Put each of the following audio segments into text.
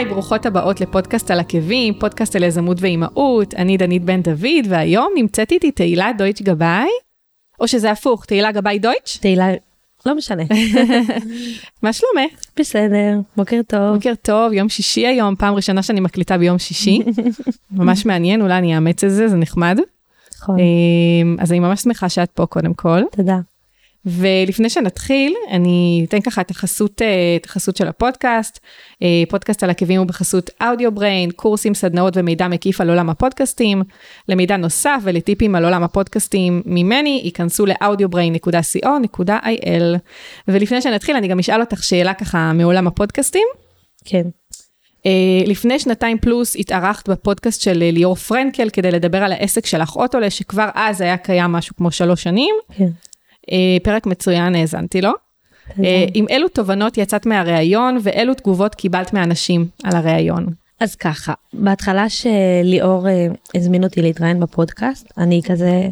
היי, ברוכות הבאות לפודקאסט על עקבים, פודקאסט על יזמות ואימהות. אני דנית בן דוד, והיום נמצאת איתי תהילה דויטש גבאי, או שזה הפוך, תהילה גבאי דויטש? תהילה, לא משנה. מה שלומך? בסדר, בוקר טוב. בוקר טוב, יום שישי היום, פעם ראשונה שאני מקליטה ביום שישי. ממש מעניין, אולי אני אאמץ את זה, זה נחמד. נכון. אז אני ממש שמחה שאת פה קודם כל. תודה. ולפני שנתחיל, אני אתן ככה את החסות של הפודקאסט. פודקאסט על עקבים הוא בחסות אודיו בריין, קורסים, סדנאות ומידע מקיף על עולם הפודקאסטים. למידע נוסף ולטיפים על עולם הפודקאסטים ממני, ייכנסו לאudiobrain.co.il. ולפני שנתחיל, אני גם אשאל אותך שאלה ככה מעולם הפודקאסטים. כן. לפני 2 פלוס התארחת בפודקאסט של ליאור פרנקל, כדי לדבר על העסק שלך אוטולה, שכבר אז היה קיים משהו כמו 3 שנים. כן. פרק מצוין, האזנתי לו. עם אילו תובנות יצאת מהראיון, ואילו תגובות קיבלת מאנשים על הראיון? אז ככה, בהתחלה שליאור הזמין אותי להתראיין בפודקאסט, אני כזה,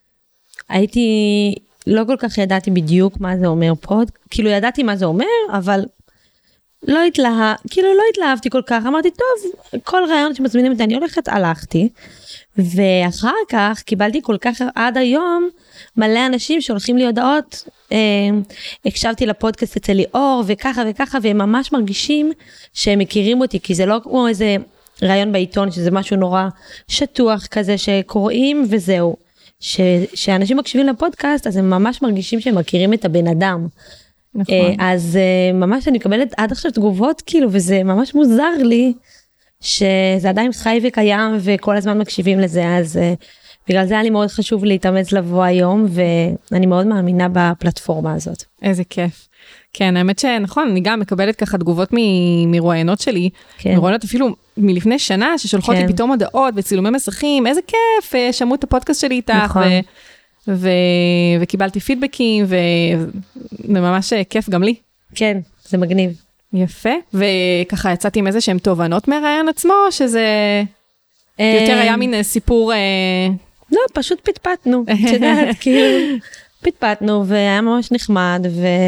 לא כל כך ידעתי בדיוק מה זה אומר פוד, כאילו ידעתי מה זה אומר, אבל לא התלהבתי כל כך, אמרתי, טוב, כל ראיון שמזמינים אותי, אני הלכתי, ואחר כך קיבלתי כל כך עד היום, מלא אנשים שהולכים לי הודעות, הקשבתי לפודקאסט אצל ליאור, וככה וככה, והם ממש מרגישים שהם מכירים אותי, כי זה לא כמו איזה ראיון בעיתון, שזה משהו נורא שטוח כזה, שקוראים וזהו. שאנשים מקשיבים לפודקאסט, אז הם ממש מרגישים שהם מכירים את הבן אדם. נכון. אז ממש אני מקבלת עד עכשיו תגובות, כאילו, וזה ממש מוזר לי, שזה עדיין חי וקיים, וכל הזמן מקשיבים לזה, אז בגלל זה היה לי מאוד חשוב להתאמץ לבוא היום, ואני מאוד מאמינה בפלטפורמה הזאת. איזה כיף. כן, האמת שנכון, אני גם מקבלת ככה תגובות מרואיינות שלי, כן. מרואיינות אפילו מלפני שנה, ששולחות כן. לי פתאום הודעות וצילומי מסכים, איזה כיף, שמעו את הפודקאסט שלי איתך, נכון. וקיבלתי פידבקים, וממש כיף גם לי. כן, זה מגניב. יפה, וככה יצאתי עם איזה שהם תובנות מהרעיון עצמו, שזה יותר היה מין סיפור... לא, פשוט פטפטנו, את יודעת, כאילו, פטפטנו, והיה ממש נחמד,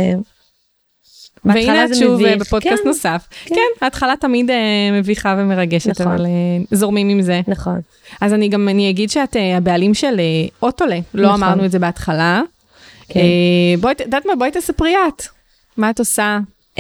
והנה את שוב בפודקאסט כן, נוסף. כן, ההתחלה תמיד מביכה ומרגשת, נכון. אבל זורמים עם זה. נכון. אז אני אגיד שאת הבעלים של אוטולה, לא נכון. אמרנו את זה בהתחלה. כן. בואי תספרי את, מה את עושה?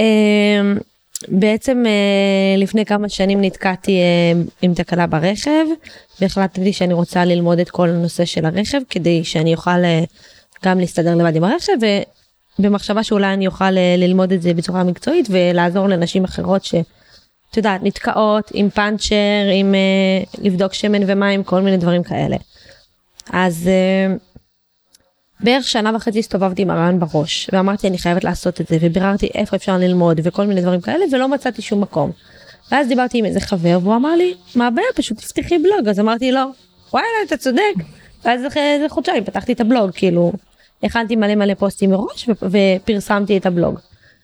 בעצם לפני כמה שנים נתקעתי עם תקלה ברכב, והחלטתי שאני רוצה ללמוד את כל הנושא של הרכב, כדי שאני אוכל גם להסתדר לבד עם הרכב, ובמחשבה שאולי אני אוכל ללמוד את זה בצורה מקצועית, ולעזור לנשים אחרות שאת יודעת, נתקעות עם פאנצ'ר, עם לבדוק שמן ומים, כל מיני דברים כאלה. אז בערך 1.5 שנה הסתובבתי עם הרעיון בראש, ואמרתי אני חייבת לעשות את זה, וביררתי איפה אפשר ללמוד, וכל מיני דברים כאלה, ולא מצאתי שום מקום. ואז דיברתי עם איזה חבר, והוא אמר לי, מה הבעיה? פשוט תפתחי בלוג. אז אמרתי לו, וואלה, אתה צודק. ואז אחרי איזה חודשיים פתחתי את הבלוג, כאילו, הכנתי מלא פוסטים מראש, ופרסמתי את הבלוג.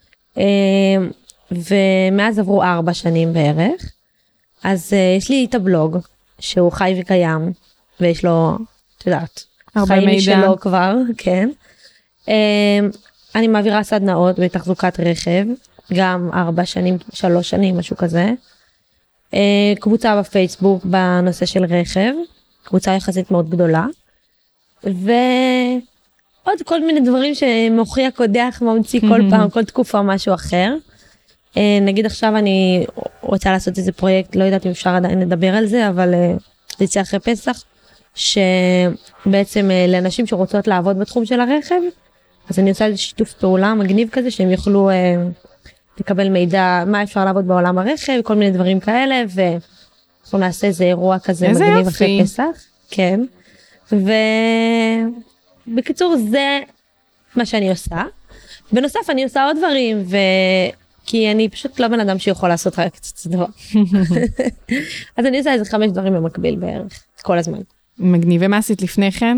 ומאז עברו 4 שנים בערך, אז יש לי את הבלוג, שהוא חי וקיים, ויש לו, את יודעת, הרבה מידע. שלו כבר, כן. אני מעבירה סדנאות בתחזוקת רכב, גם 4 שנים, 3 שנים, משהו כזה. קבוצה בפייסבוק בנושא של רכב, קבוצה יחסית מאוד גדולה. ועוד כל מיני דברים שמוכיח קודח, ממציא כל פעם, כל תקופה משהו אחר. נגיד עכשיו אני רוצה לעשות איזה פרויקט, לא יודעת אם אפשר עדיין לדבר על זה, אבל זה יצא אחרי פסח. שבעצם לאנשים שרוצות לעבוד בתחום של הרכב, אז אני עושה איזה שיתוף פעולה מגניב כזה, שהם יוכלו לקבל מידע, מה אפשר לעבוד בעולם הרכב, כל מיני דברים כאלה, ואנחנו נעשה איזה אירוע כזה מגניב אחרי פסח. כן. ובקיצור, זה מה שאני עושה. בנוסף, אני עושה עוד דברים, כי אני פשוט לא בן אדם שיכול לעשות רק את דבר. אז אני עושה איזה 5 דברים במקביל בערך, כל הזמן. מגניב, ומה עשית לפני כן?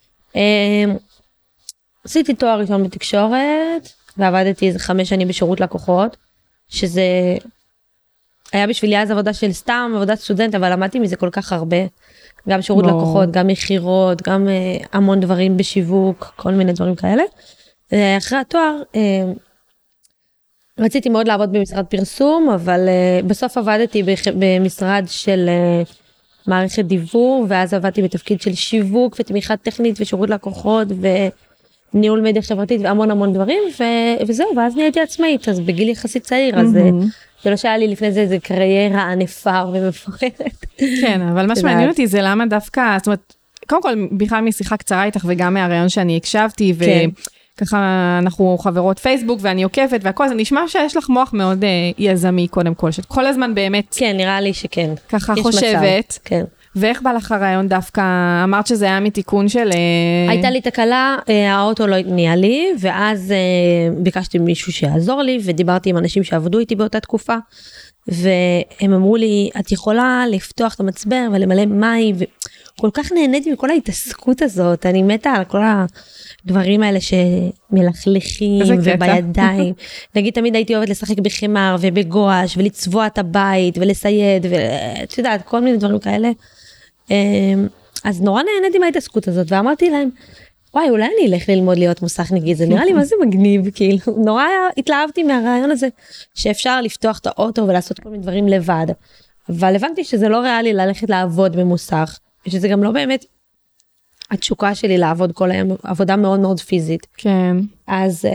עשיתי תואר ראשון בתקשורת, ועבדתי איזה 5 שנים בשירות לקוחות, שזה היה בשבילי אז עבודה של סתם, עבודת סטודנט, אבל למדתי מזה כל כך הרבה, גם שירות לקוחות, גם מחירות, גם המון דברים בשיווק, כל מיני דברים כאלה. אחרי התואר, רציתי מאוד לעבוד במשרד פרסום, אבל בסוף עבדתי במשרד של מערכת דיוור, ואז עבדתי בתפקיד של שיווק ותמיכה טכנית ושירות לקוחות וניהול מדיה חברתית והמון המון דברים, וזהו, ואז נהייתי עצמאית, אז בגיל יחסית צעיר, אז זה לא שהיה לי לפני זה קריירה ענפה ומפוחדת. כן, אבל מה שמעניין אותי זה למה דווקא, זאת אומרת, קודם כל בכלל משיחה קצרה איתך וגם מהרעיון שאני הקשבתי, וככה אנחנו חברות פייסבוק ואני עוקבת והכל, זה נשמע שיש לך מוח מאוד יזמי קודם כל, שאת כל הזמן באמת... כן, נראה לי שכן. ככה חושבת. כן. ואיך בא לך הרעיון דווקא, אמרת שזה היה מתיקון של... הייתה לי תקלה, האוטו לא התניע לי, ואז ביקשתי מישהו שיעזור לי, ודיברתי עם אנשים שעבדו איתי באותה תקופה, והם אמרו לי, את יכולה לפתוח את המצבר ולמלא מים, וכל כך נהניתי מכל ההתעסקות הזאת, אני מתה על כל הדברים האלה שמלכלכים ובידיים. נגיד, תמיד הייתי אוהבת לשחק בחמר ובגואש, ולצבוע את הבית ולסייד, ואת יודעת, כל מיני דברים כאלה. אז נורא נהניתי מההתעסקות הזאת, ואמרתי להם, וואי, אולי אני אלך ללמוד להיות מוסכניקית, זה נראה לי מה זה מגניב, כאילו, נורא התלהבתי מהרעיון הזה, שאפשר לפתוח את האוטו ולעשות כל מיני דברים לבד, אבל הבנתי שזה לא ריאלי ללכת לעבוד במוסך, ושזה גם לא באמת התשוקה שלי לעבוד כל היום, עבודה מאוד מאוד פיזית. כן. אז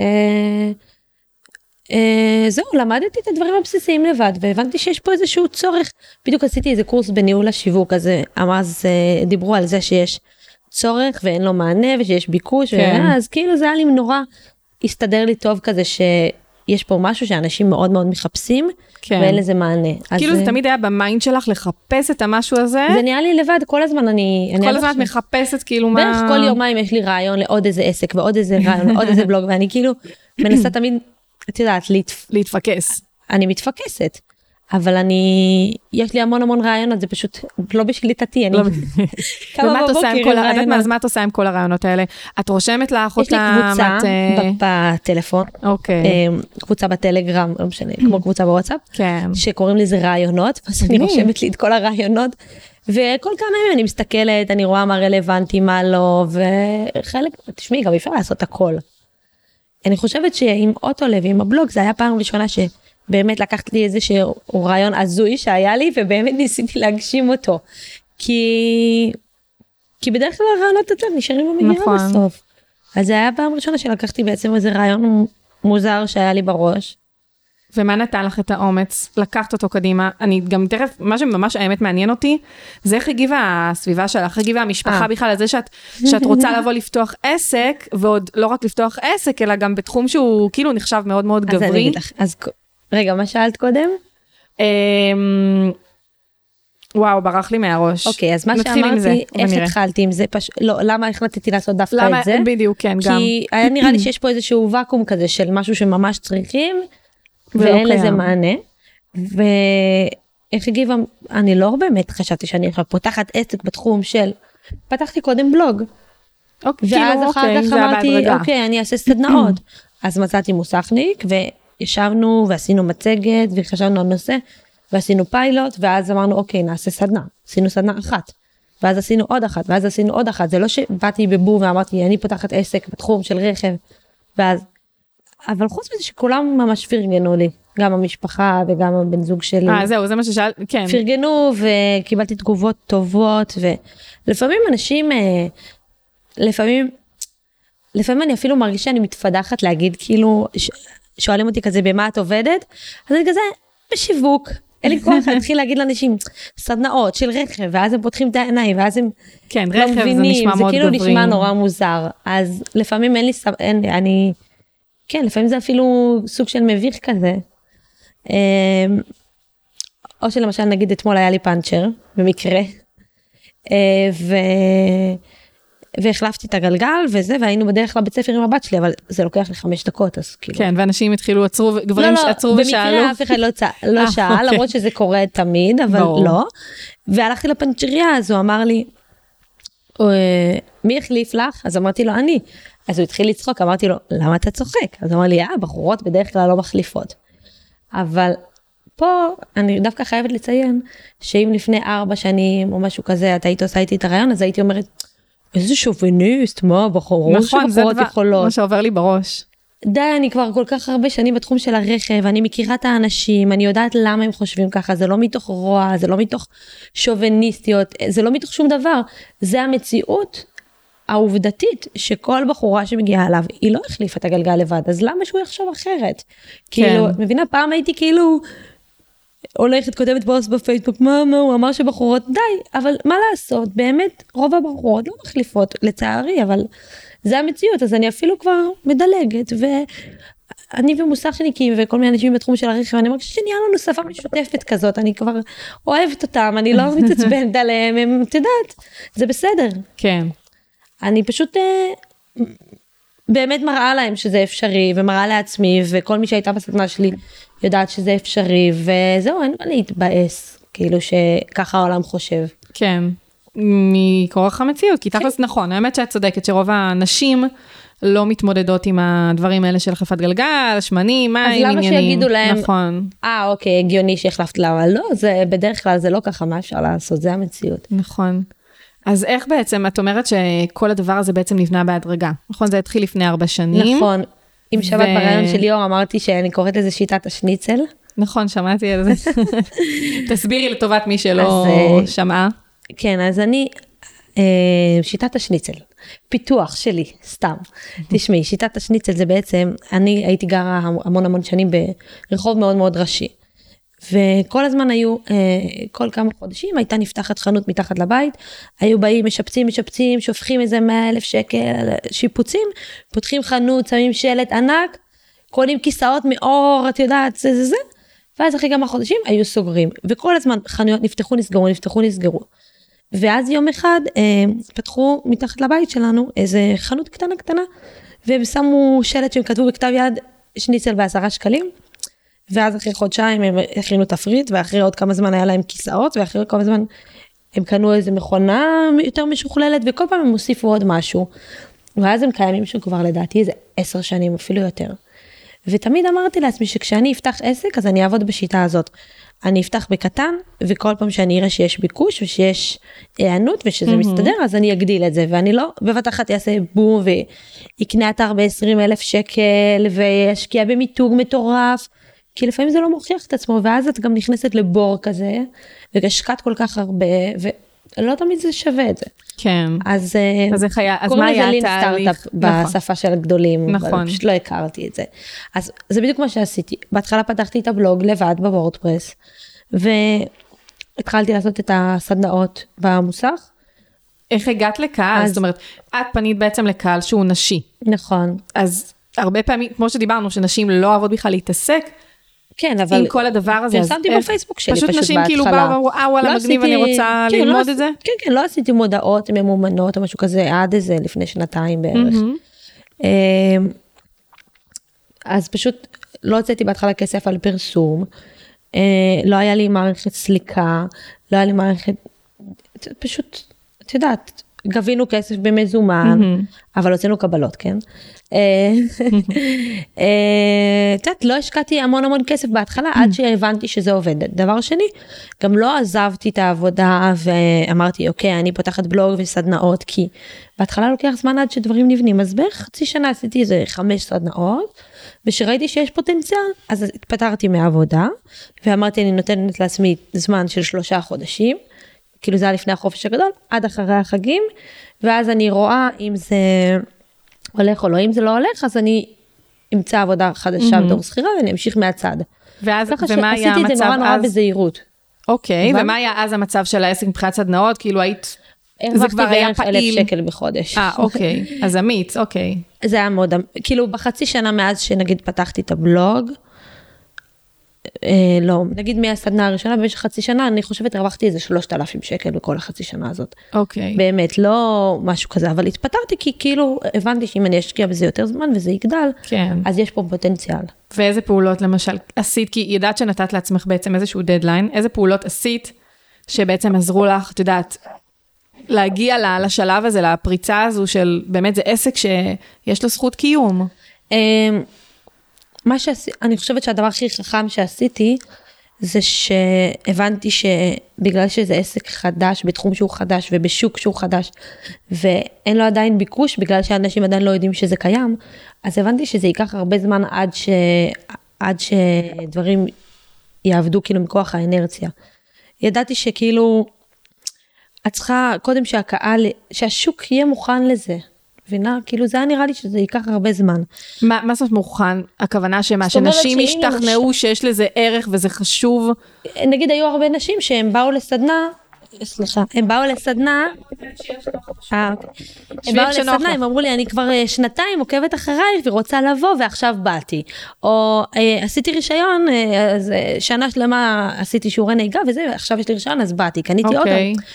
זהו, למדתי את הדברים הבסיסיים לבד, והבנתי שיש פה איזשהו צורך, בדיוק עשיתי איזה קורס בניהול השיווק, אז דיברו על זה שיש צורך ואין לו מענה ושיש ביקוש, אז כאילו זה היה לי נורא, הסתדר לי טוב כזה שיש פה משהו שאנשים מאוד מאוד מחפשים, ואין לזה מענה. כאילו זה תמיד היה במיינד שלך לחפש את המשהו הזה? זה נהיה לי לבד, כל הזמן כל הזמן את מחפשת כאילו מה... בערך כל יומיים יש לי רעיון לעוד איזה עסק, ועוד איזה רעיון, ועוד איזה בלוג, ואני כאילו מנסה תמיד, את יודעת, להתפקס. אני מתפקסת. אבל יש לי המון המון רעיונות, זה פשוט לא בשליטתי, אני ומה את עושה עם כל הרעיונות? מה את עושה עם כל הרעיונות האלה? את רושמת לך אותם? יש לי קבוצה בטלפון, קבוצה בטלגרם, לא משנה, כמו קבוצה בוואטסאפ, שקוראים לזה רעיונות, אז אני רושמת לי את כל הרעיונות, וכל כמה ימים אני מסתכלת, אני רואה מה רלוונטי, מה לא, וחלק, תשמעי, גם אפשר לעשות הכל. אני חושבת שעם אוטולב, עם הבלוג, זה היה פעם ראשונה באמת לקחת לי איזשהו רעיון הזוי שהיה לי, ובאמת ניסיתי להגשים אותו. כי בדרך כלל הרעיונות יותר נשארים במגירה בסוף. אז זה היה פעם ראשונה שלקחתי בעצם איזה רעיון מוזר שהיה לי בראש. ומה נתן לך את האומץ? לקחת אותו קדימה. אני גם תכף, מה שממש האמת מעניין אותי, זה איך הגיבה הסביבה שלך, איך הגיבה המשפחה בכלל, על זה שאת רוצה לבוא לפתוח עסק, ועוד לא רק לפתוח עסק, אלא גם בתחום שהוא כאילו נחשב מאוד מאוד גברי. אז אני אגיד לך, רגע, מה שאלת קודם? וואו, ברח לי מהראש. אוקיי, אז מה שאמרתי, איך התחלתי עם זה, לא, למה החלטתי לעשות דווקא את זה? בדיוק, כן, גם. כי היה נראה לי שיש פה איזשהו ואקום כזה, של משהו שממש צריכים, ואין לזה מענה. ואיך הגיבה, אני לא באמת חשבתי שאני עכשיו פותחת עסק בתחום של, פתחתי קודם בלוג. ואז אחר כך אמרתי, אוקיי, אני אעשה סדנאות. אז מצאתי מוסכניק, ישבנו ועשינו מצגת וחשבנו על נושא ועשינו פיילוט ואז אמרנו אוקיי נעשה סדנה, עשינו סדנה אחת ואז עשינו עוד אחת ואז עשינו עוד אחת, זה לא שבאתי בבור ואמרתי אני פותחת עסק בתחום של רכב ואז, אבל חוץ מזה שכולם ממש פרגנו לי, גם המשפחה וגם הבן זוג שלי. זהו, זה מה ששאל, כן. פרגנו וקיבלתי תגובות טובות ולפעמים אנשים, לפעמים אני אפילו מרגישה שאני מתפדחת להגיד כאילו, שואלים אותי כזה, במה את עובדת? אז אני כזה, בשיווק. אין לי כוח להתחיל להגיד לאנשים, סדנאות של רכב, ואז הם פותחים את העיניים, ואז הם כן, רכב זה נשמע מאוד גברי. זה כאילו נשמע נורא מוזר. אז לפעמים אין לי, כן, לפעמים זה אפילו סוג של מביך כזה. או שלמשל, נגיד, אתמול היה לי פאנצ'ר, במקרה, והחלפתי את הגלגל וזה, והיינו בדרך לבית ספר עם הבת שלי, אבל זה לוקח לי 5 דקות, אז כאילו. כן, ואנשים התחילו, גברים עצרו ושאלו. במקרה אף אחד לא שאל, למרות שזה קורה תמיד, אבל לא. והלכתי לפנצ'ריה, אז הוא אמר לי, מי החליף לך? אז אמרתי לו, אני. אז הוא התחיל לצחוק, אמרתי לו, למה אתה צוחק? אז הוא אמר לי, בחורות בדרך כלל לא מחליפות. אבל פה אני דווקא חייבת לציין, שאם לפני 4 שנים או משהו כזה, אתה היית עושה איתי את הרעיון, אז הייתי אומרת, איזה שוביניסט, מה, בחורות נכון, שבחורות יכולות. מה שעובר לי בראש. די, אני כבר כל כך הרבה שנים בתחום של הרכב, אני מכירה את האנשים, אני יודעת למה הם חושבים ככה, זה לא מתוך רוע, זה לא מתוך שוביניסטיות, זה לא מתוך שום דבר, זה המציאות העובדתית, שכל בחורה שמגיעה אליו, היא לא החליפה את הגלגל לבד, אז למה שהוא יחשוב אחרת? כאילו, מבינה, פעם הייתי כאילו, הולכת כותבת פוסט בפייסבוק, מה, הוא אמר שבחורות, די, אבל מה לעשות, באמת, רוב הבחורות לא מחליפות, לצערי, אבל זה המציאות, אז אני אפילו כבר מדלגת, ואני ומוסכניקים וכל מיני אנשים בתחום של הרכב, אני מרגישה שנהיה לנו שפה משותפת כזאת, אני כבר אוהבת אותם, אני לא מתעצבנת עליהם, הם, את יודעת, זה בסדר. כן. אני פשוט באמת מראה להם שזה אפשרי, ומראה לעצמי, וכל מי שהייתה בסדנה שלי יודעת שזה אפשרי, וזהו, אין מה להתבאס, כאילו שככה העולם חושב. כן. מכורח המציאות, כי תכלס נכון, האמת שאת צודקת שרוב הנשים לא מתמודדות עם הדברים האלה של החלפת גלגל, שמנים, מים, עניינים. אז למה שיגידו להם, נכון. אוקיי, הגיוני שהחלפת למה, לא, זה בדרך כלל זה לא ככה, מה אפשר לעשות, זה המציאות. נכון. אז איך בעצם, את אומרת שכל הדבר הזה בעצם נבנה בהדרגה, נכון? זה התחיל לפני 4 שנים. נכון, עם שבת ברעיון של ליאור אמרתי שאני קוראת לזה שיטת השניצל. נכון, שמעתי על זה. תסבירי לטובת מי שלא שמעה. כן, אז אני, שיטת השניצל, פיתוח שלי, סתם. תשמעי, שיטת השניצל זה בעצם, אני הייתי גרה המון שנים ברחוב מאוד מאוד ראשי. וכל הזמן היו, כל כמה חודשים הייתה נפתחת חנות מתחת לבית, היו באים, משפצים, שופכים איזה 100,000 שקל שיפוצים, פותחים חנות, שמים שלט ענק, קונים כיסאות מאור, את יודעת, זה, ואז אחרי כמה חודשים היו סוגרים, וכל הזמן חנויות נפתחו, נסגרו. ואז יום אחד פתחו מתחת לבית שלנו איזה חנות קטנה, והם שמו שלט שהם כתבו בכתב יד שניצל ב10 שקלים, ואז אחרי חודשיים הם הכינו תפריט, ואחרי עוד כמה זמן היה להם כיסאות, ואחרי כמה זמן הם קנו איזה מכונה יותר משוכללת, וכל פעם הם הוסיפו עוד משהו. ואז הם קיימים שכבר לדעתי איזה 10 שנים, אפילו יותר. ותמיד אמרתי לעצמי שכשאני אפתח עסק, אז אני אעבוד בשיטה הזאת. אני אפתח בקטן, וכל פעם שאני אראה שיש ביקוש, ושיש הענות, ושזה מסתדר, אז אני אגדיל את זה, ואני לא בבת אחת אעשה בום, ויקנה אתר ב20,000 שקל, וישקיע במיתוג מטורף, כי לפעמים זה לא מוכיח את עצמו, ואז את גם נכנסת לבור כזה, והשקעת כל כך הרבה, ולא תמיד זה שווה את זה. כן. אז מה היה לין סטארט-אפ בשפה של הגדולים, נכון. פשוט לא הכרתי את זה. אז זה בדיוק מה שעשיתי. בהתחלה פתחתי את הבלוג לבד בוורדפרס, והתחלתי לעשות את הסדנאות במוסך. איך הגעת לקהל? זאת אומרת, את פנית בעצם לקהל שהוא נשי. נכון. אז הרבה פעמים, כמו שדיברנו, שנשים לא אוהבות בכלל להתעסק, כן, אבל... עם כל הדבר הזה. פרסמתי בפייסבוק שלי פשוט בהתחלה. פשוט נשים כאילו באו ואמרו, וואלה, מגניב, אני רוצה ללמוד את זה? כן, לא עשיתי מודעות ממומנות או משהו כזה, עד איזה לפני 2 בערך. אז פשוט לא הוצאתי בהתחלה כסף על פרסום, לא היה לי מערכת סליקה, לא היה לי מערכת, פשוט, את יודעת, גבינו כסף במזומן, אבל הוצאנו קבלות, כן? את יודעת, לא השקעתי המון כסף בהתחלה, עד שהבנתי שזה עובד. דבר שני, גם לא עזבתי את העבודה, ואמרתי, אוקיי, אני פותחת בלוג וסדנאות, כי בהתחלה לוקח זמן עד שדברים נבנים, אז בערך חצי שנה עשיתי איזה 5 סדנאות, ושראיתי שיש פוטנציאל, אז התפטרתי מהעבודה, ואמרתי, אני נותנת לעצמי זמן של 3 חודשים, כאילו זה היה לפני החופש הגדול, עד אחרי החגים, ואז אני רואה אם זה הולך או לא, אם זה לא הולך, אז אני אמצא עבודה חדשה בתור שכירה, ואני אמשיך מהצד. ומה היה המצב אז? עשיתי את זה נורא בזהירות. אוקיי, ומה היה אז המצב של העסק מבחינת סדנאות? כאילו היית, זה כבר היה פעיל. 1,000 שקל בחודש. אוקיי, אז אמיץ, אוקיי. זה היה מאוד, כאילו בחצי שנה מאז שנגיד פתחתי את הבלוג, לא, נגיד מהסדנה הראשונה, במשך חצי שנה, אני חושבת, הרווחתי איזה 3,000 שקל בכל החצי שנה הזאת. אוקיי. באמת, לא משהו כזה, אבל התפטרתי, כי כאילו הבנתי שאם אני אשקיע בזה יותר זמן, וזה יגדל, כן. אז יש פה פוטנציאל. ואיזה פעולות למשל עשית, כי ידעת שנתת לעצמך בעצם איזשהו דדליין, איזה פעולות עשית, שבעצם עזרו לך, את יודעת, להגיע לשלב הזה, לפריצה הזו של, באמת זה עסק שיש לו זכות קיום. אני חושבת שהדבר הכי חכם שעשיתי, זה שהבנתי שבגלל שזה עסק חדש, בתחום שהוא חדש ובשוק שהוא חדש, ואין לו עדיין ביקוש, בגלל שאנשים עדיין לא יודעים שזה קיים, אז הבנתי שזה ייקח הרבה זמן עד שדברים יעבדו כאילו מכוח האנרציה. ידעתי שכאילו, את צריכה קודם שהשוק יהיה מוכן לזה. מבינה? כאילו זה היה נראה לי שזה ייקח הרבה זמן. מה זאת מוכן? הכוונה שנשים השתכנעו שיש לזה ערך וזה חשוב? נגיד היו הרבה נשים שהם באו לסדנה, סליחה, הם באו לסדנה, הם אמרו לי, אני כבר שנתיים עוקבת אחרייך ורוצה לבוא ועכשיו באתי. או עשיתי רישיון, אז שנה שלמה עשיתי שיעורי נהיגה וזה, עכשיו יש לי רישיון אז באתי, קניתי אוטו.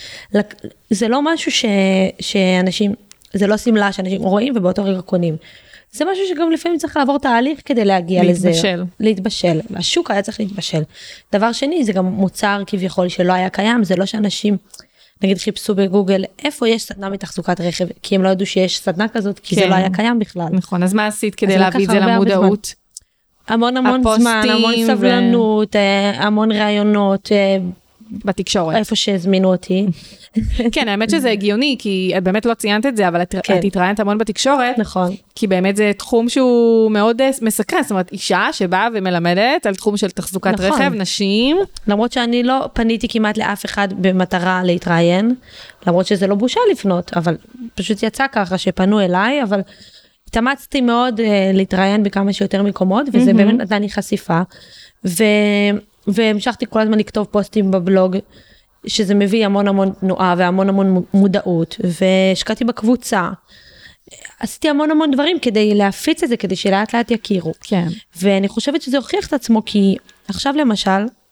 זה לא משהו שאנשים... זה לא סמלה שאנשים רואים ובאותו רגע קונים. זה משהו שגם לפעמים צריך לעבור תהליך כדי להגיע לזה. להתבשל. השוק היה צריך להתבשל. דבר שני, זה גם מוצר כביכול שלא היה קיים, זה לא שאנשים, נגיד חיפשו בגוגל, איפה יש סדנה מתחזוקת רכב, כי הם לא ידעו שיש סדנה כזאת, כי זה לא היה קיים בכלל. נכון, אז מה עשית כדי להביא את זה למודעות? המון זמן, המון סבלנות, המון רעיונות, בתקשורת. איפה שהזמינו אותי. כן, האמת שזה הגיוני, כי את באמת לא ציינת את זה, אבל את התראיינת המון בתקשורת. נכון. כי באמת זה תחום שהוא מאוד מסקרן, זאת אומרת, אישה שבאה ומלמדת על תחום של תחזוקת רכב, נשים. למרות שאני לא פניתי כמעט לאף אחד במטרה להתראיין, למרות שזה לא בושה לפנות, אבל פשוט יצא ככה שפנו אליי, אבל התאמצתי מאוד להתראיין בכמה שיותר מקומות, וזה באמת נתן לי חשיפה, והמשכתי כל הזמן לכתוב פוסטים בבלוג, שזה מביא המון תנועה והמון מודעות, והשקעתי בקבוצה. עשיתי המון דברים כדי להפיץ את זה, כדי שלאט לאט יכירו. כן. ואני חושבת שזה הוכיח את עצמו, כי עכשיו למשל,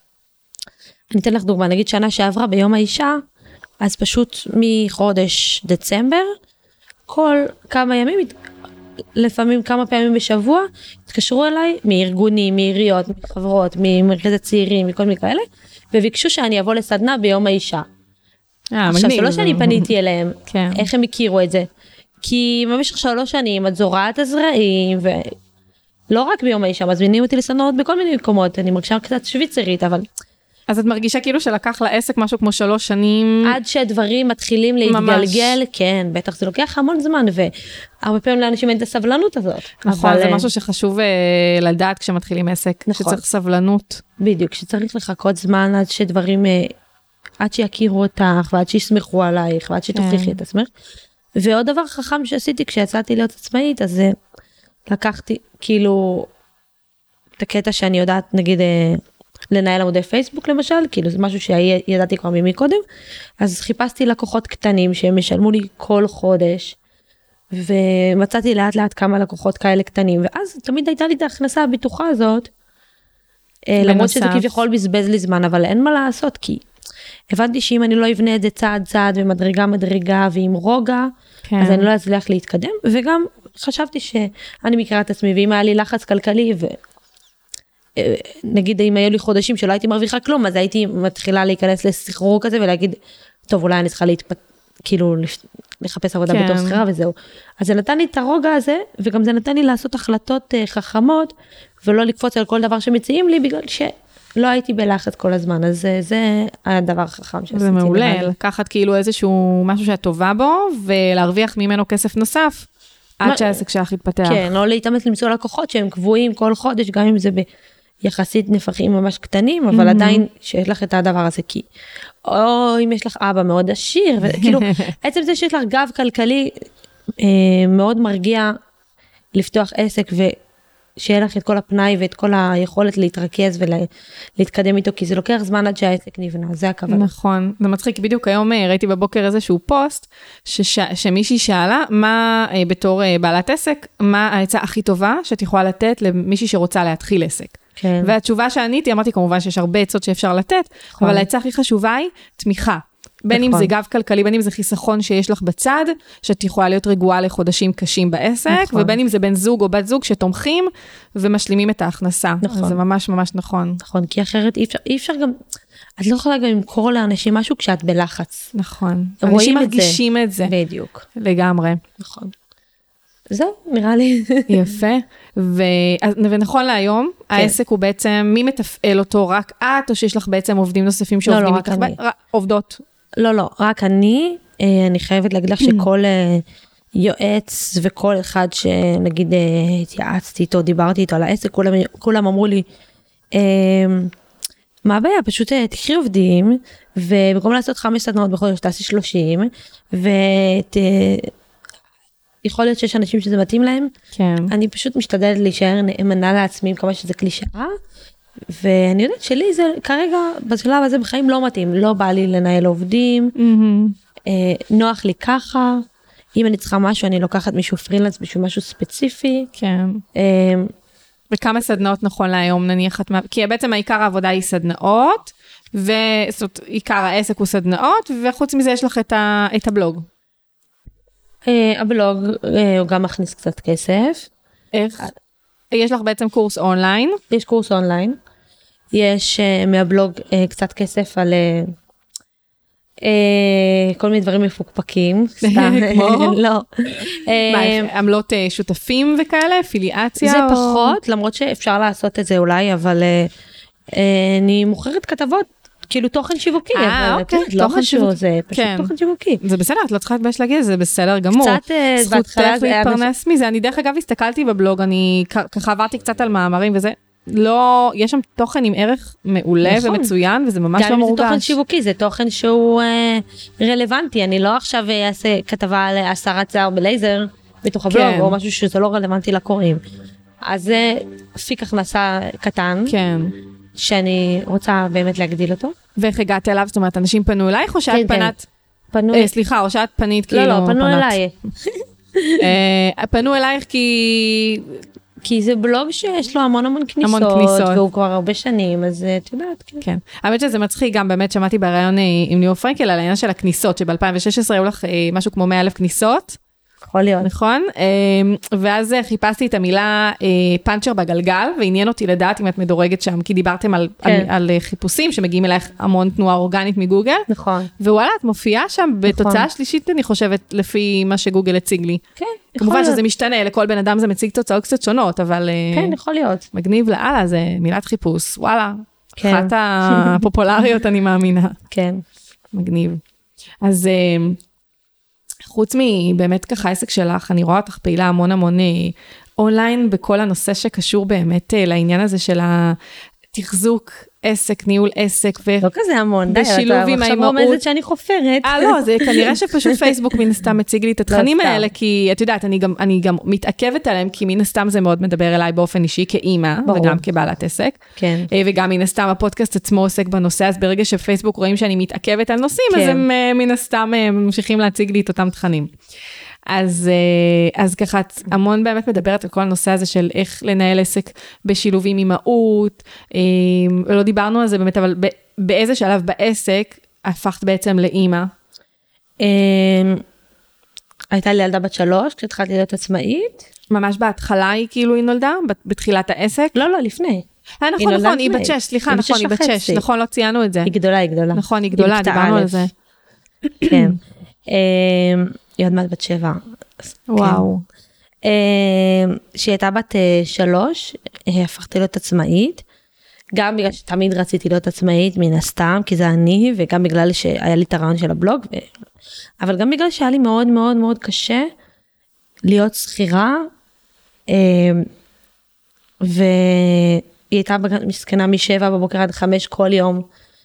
אני אתן לך דוגמה, נגיד שנה שעברה ביום האישה, אז פשוט מחודש דצמבר, כל כמה ימים, לפעמים כמה פעמים בשבוע, התקשרו אליי מארגונים, מעיריות, מחברות, ממרכז הצעירים, מכל מיני כאלה, וביקשו שאני אבוא לסדנה ביום האישה. עכשיו, זה לא שאני פניתי אליהם, איך הם הכירו את זה? כי במשך 3 שנים, את זורעת הזרעים, ולא רק ביום האישה, מזמינים אותי לסדנות בכל מיני מקומות, אני מרגישה קצת שוויצרית, אבל... אז את מרגישה כאילו שלקח לעסק משהו כמו 3 שנים? עד שהדברים מתחילים להתגלגל, כן, בטח זה לוקח המון זמן, והרבה פעמים לאנשים אין את הסבלנות הזאת. נכון, זה משהו שחשוב לדעת כשמתחילים עסק, שצריך סבלנות. בדיוק, שצריך לחכות זמן עד שדברים, עד שיכירו אותך, ועד שיסמכו עלייך, ועד שתוכיחי את עצמך. ועוד דבר חכם שעשיתי כשיצאתי להיות עצמאית, אז לקחתי כאילו את הקטע שאני יודעת, נגיד, לנהל עמודי פייסבוק למשל, כאילו זה משהו שידעתי כבר ממי קודם, אז חיפשתי לקוחות קטנים שהם משלמו לי כל חודש, ומצאתי לאט לאט כמה לקוחות כאלה קטנים, ואז תמיד הייתה לי את ההכנסה הבטוחה הזאת, למרות שזה כביכול בזבז לי זמן, אבל אין מה לעשות, כי הבנתי שאם אני לא אבנה את זה צעד צעד, ומדרגה ועם רוגע, אז אני לא אצליח להתקדם, וגם חשבתי שאני מכירה את עצמי, ואם היה לי לחץ כלכלי, נגיד אם היו לי חודשים שלא הייתי מרוויחה כלום, אז הייתי מתחילה להיכנס לסחרור כזה ולהגיד, טוב, אולי אני צריכה כאילו לחפש עבודה בתור שכירה וזהו. אז זה נתן לי את הרוגע הזה, וגם זה נתן לי לעשות החלטות חכמות, ולא לקפוץ על כל דבר שמציעים לי, בגלל שלא הייתי בלחץ כל הזמן, אז זה הדבר החכם שעשיתי. זה מעולה, לקחת כאילו איזשהו משהו שאת טובה בו, ולהרוויח ממנו כסף נוסף, עד שהעסק שלך יתפתח. כן, או להתאמץ למצוא לקוחות שהם קבועים כל חודש, גם אם זה יחסית נפחים ממש קטנים, אבל עדיין שיש לך את הדבר הזה, כי, או אם יש לך אבא מאוד עשיר, וכאילו, עצם זה שיש לך גב כלכלי, מאוד מרגיע לפתוח עסק, ושיהיה לך את כל הפנאי, ואת כל היכולת להתרכז, ולהתקדם איתו, כי זה לוקח זמן עד שהעסק נבנה, זה הכוונה. נכון, זה מצחיק, בדיוק היום ראיתי בבוקר איזשהו פוסט, שמישהי שאלה, מה בתור בעלת עסק, מה העצה הכי טובה, שאת יכולה לתת למישהי שרוצה להתחיל עסק. כן. והתשובה שעניתי, אמרתי כמובן שיש הרבה עצות שאפשר לתת, אבל העצה הכי חשובה היא תמיכה. בין אם זה גב כלכלי, בין אם זה חיסכון שיש לך בצד, שאת יכולה להיות רגועה לחודשים קשים בעסק, ובין אם זה בן זוג או בת זוג שתומכים ומשלימים את ההכנסה. נכון. זה ממש ממש נכון. נכון, כי אחרת אי אפשר גם, את לא יכולה גם למכור לאנשים משהו כשאת בלחץ. נכון. אנשים מרגישים את זה. בדיוק. לגמרי. נכון. זהו, נראה לי. יפה. ונכון להיום, העסק הוא בעצם, מי מתפעל אותו? רק את, או שיש לך בעצם עובדים נוספים שעובדים איתך? עובדות. לא, רק אני חייבת להגיד לך שכל יועץ וכל אחד שנגיד התייעצתי איתו, דיברתי איתו על העסק, כולם אמרו לי, מה הבעיה? פשוט תקחי עובדים, ובמקום לעשות 5 סדנאות בחודש, תעשי 30, יכול להיות שיש אנשים שזה מתאים להם. כן. אני פשוט משתדלת להישאר נאמנה לעצמי, כמה שזה קלישאה, ואני יודעת שלי זה כרגע, בשלב הזה בחיים לא מתאים, לא בא לי לנהל עובדים, נוח לי ככה, אם אני צריכה משהו, אני לוקחת מישהו פרילנס, בשביל משהו ספציפי. כן. וכמה סדנאות נכון להיום נניח, כי בעצם העיקר העבודה היא סדנאות, וזאת עיקר העסק הוא סדנאות, וחוץ מזה יש לך את הבלוג. הבלוג הוא גם מכניס קצת כסף. איך? יש לך בעצם קורס אונליין? יש קורס אונליין. יש מהבלוג קצת כסף על כל מיני דברים מפוקפקים. כמו? לא. עמלות שותפים וכאלה? אפיליאציה? זה פחות, למרות שאפשר לעשות את זה אולי, אבל אני מוכרת כתבות. כאילו תוכן שיווקי, אבל לא משהו, זה פשוט תוכן שיווקי. זה בסדר, את לא צריכה להתבייש להגיד, זה בסדר גמור. קצת בהתחלה זכותך להתפרנס מזה, אני דרך אגב הסתכלתי בבלוג, אני ככה עברתי קצת על מאמרים וזה, לא, יש שם תוכן עם ערך מעולה ומצוין, וזה ממש לא מורגש. גם אם זה תוכן שיווקי, זה תוכן שהוא רלוונטי, אני לא עכשיו אעשה כתבה על הסרת שיער בלייזר, בתוך הבלוג, או משהו שזה לא רלוונטי לקוראים. אז זה אפיק הכנסה קטן. כן. שאני רוצה באמת להגדיל אותו. ואיך הגעת אליו? זאת אומרת, אנשים פנו אלייך או שאת פנת? סליחה, או שאת פנית כאילו? לא, פנו אליי. פנו אלייך כי זה בלוג שיש לו המון כניסות, והוא כבר הרבה שנים, אז את יודעת. כן. האמת שזה מצחיק, גם באמת שמעתי בראיון עם ליאור פרנקל על העניין של הכניסות, שב-2016 היו לך משהו כמו 100,000 כניסות. יכול להיות. נכון? ואז חיפשתי את המילה פאנצ'ר בגלגל, ועניין אותי לדעת אם את מדורגת שם, כי דיברתם על חיפושים שמגיעים אלייך המון תנועה אורגנית מגוגל. נכון. ווואלה, את מופיעה שם בתוצאה שלישית, אני חושבת, לפי מה שגוגל הציג לי. כן, יכול להיות. כמובן שזה משתנה, לכל בן אדם זה מציג תוצאות קצת שונות, אבל... כן, יכול להיות. מגניב לאללה, זה מילת חיפוש. וואלה, אחת הפופולריות אני מאמינה. כן. מגניב. אז... חוץ מבאמת ככה העסק שלך, אני רואה אותך פעילה המון אונליין בכל הנושא שקשור באמת לעניין הזה של התחזוק עסק, ניהול עסק. לא כזה המון, די, אתה עכשיו רומזת שאני חופרת. לא, זה כנראה שפשוט פייסבוק מן הסתם מציג לי את התכנים האלה, כי את יודעת, אני גם מתעכבת עליהם, כי מן הסתם זה מאוד מדבר אליי באופן אישי כאימא, וגם כבעלת עסק. כן. וגם מן הסתם הפודקאסט עצמו עוסק בנושא, אז ברגע שפייסבוק רואים שאני מתעכבת על נושאים, אז הם מן הסתם ממשיכים להציג לי את אותם תכנים. אז ככה, המון באמת מדברת על כל הנושא הזה של איך לנהל עסק בשילוב עם אימהות, לא דיברנו על זה באמת, אבל באיזה שלב בעסק הפכת בעצם לאימא? הייתה לי ילדה בת 3, כשהתחלתי להיות עצמאית. ממש בהתחלה היא כאילו היא נולדה? בתחילת העסק? לא, לפני. נכון, היא בת 6, סליחה, נכון, היא בת 6, נכון, לא ציינו את זה. היא גדולה. נכון, היא גדולה, דיברנו על זה. כן. היא עוד מעט בת 7. וואו. שהיא הייתה בת 3, הפכתי להיות עצמאית, גם בגלל שתמיד רציתי להיות עצמאית מן הסתם, כי זה אני, וגם בגלל שהיה לי את הרעיון של הבלוג, אבל גם בגלל שהיה לי מאוד מאוד מאוד קשה להיות שכירה, והיא הייתה מסכנה מ7 בבוקר עד 5 כל יום,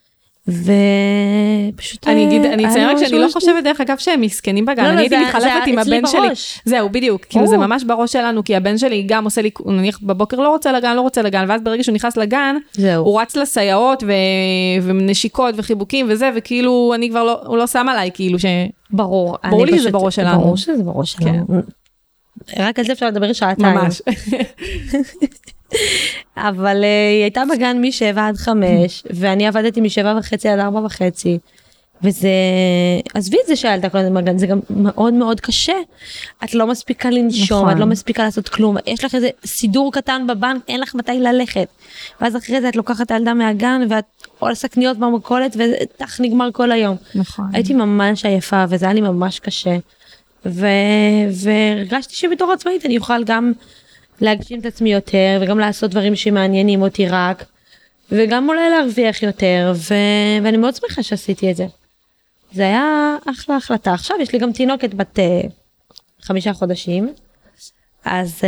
ופשוט... אני אציין רק שאני לא חושבת דרך אגב שהם מסכנים בגן, אני הייתי מתחלפת עם הבן שלי. זהו, בדיוק, כאילו זה ממש בראש שלנו, כי הבן שלי גם עושה לי, הוא נניח בבוקר לא רוצה לגן, ואז ברגע שהוא נכנס לגן, הוא רץ לסייעות ונשיקות וחיבוקים וזה, וכאילו אני כבר הוא לא שם עליי, כאילו ש... ברור. ברור לי שזה בראש שלנו. ברור שזה בראש שלנו. רק על זה אפשר לדבר שעתיים. ממש. אבל היא הייתה בגן מ7 עד 5, ואני עבדתי מ7:30 עד 4:30, וזה, עזבי את זה שהילדה כל הזמן בגן, זה גם מאוד מאוד קשה. את לא מספיקה לנשום, את לא מספיקה לעשות כלום, יש לך איזה סידור קטן בבנק, אין לך מתי ללכת. ואז אחרי זה את לוקחת את הילדה מהגן, ואת עושה קניות במכולת, ותך נגמר כל היום. נכון. הייתי ממש עייפה, וזה היה לי ממש קשה. והרגשתי שבתור עצמאית אני אוכל גם להגשים את עצמי יותר, וגם לעשות דברים שמעניינים אותי רק, וגם אולי להרוויח יותר, ואני מאוד שמחה שעשיתי את זה. זה היה אחלה החלטה. עכשיו יש לי גם תינוקת בת 5 חודשים, אז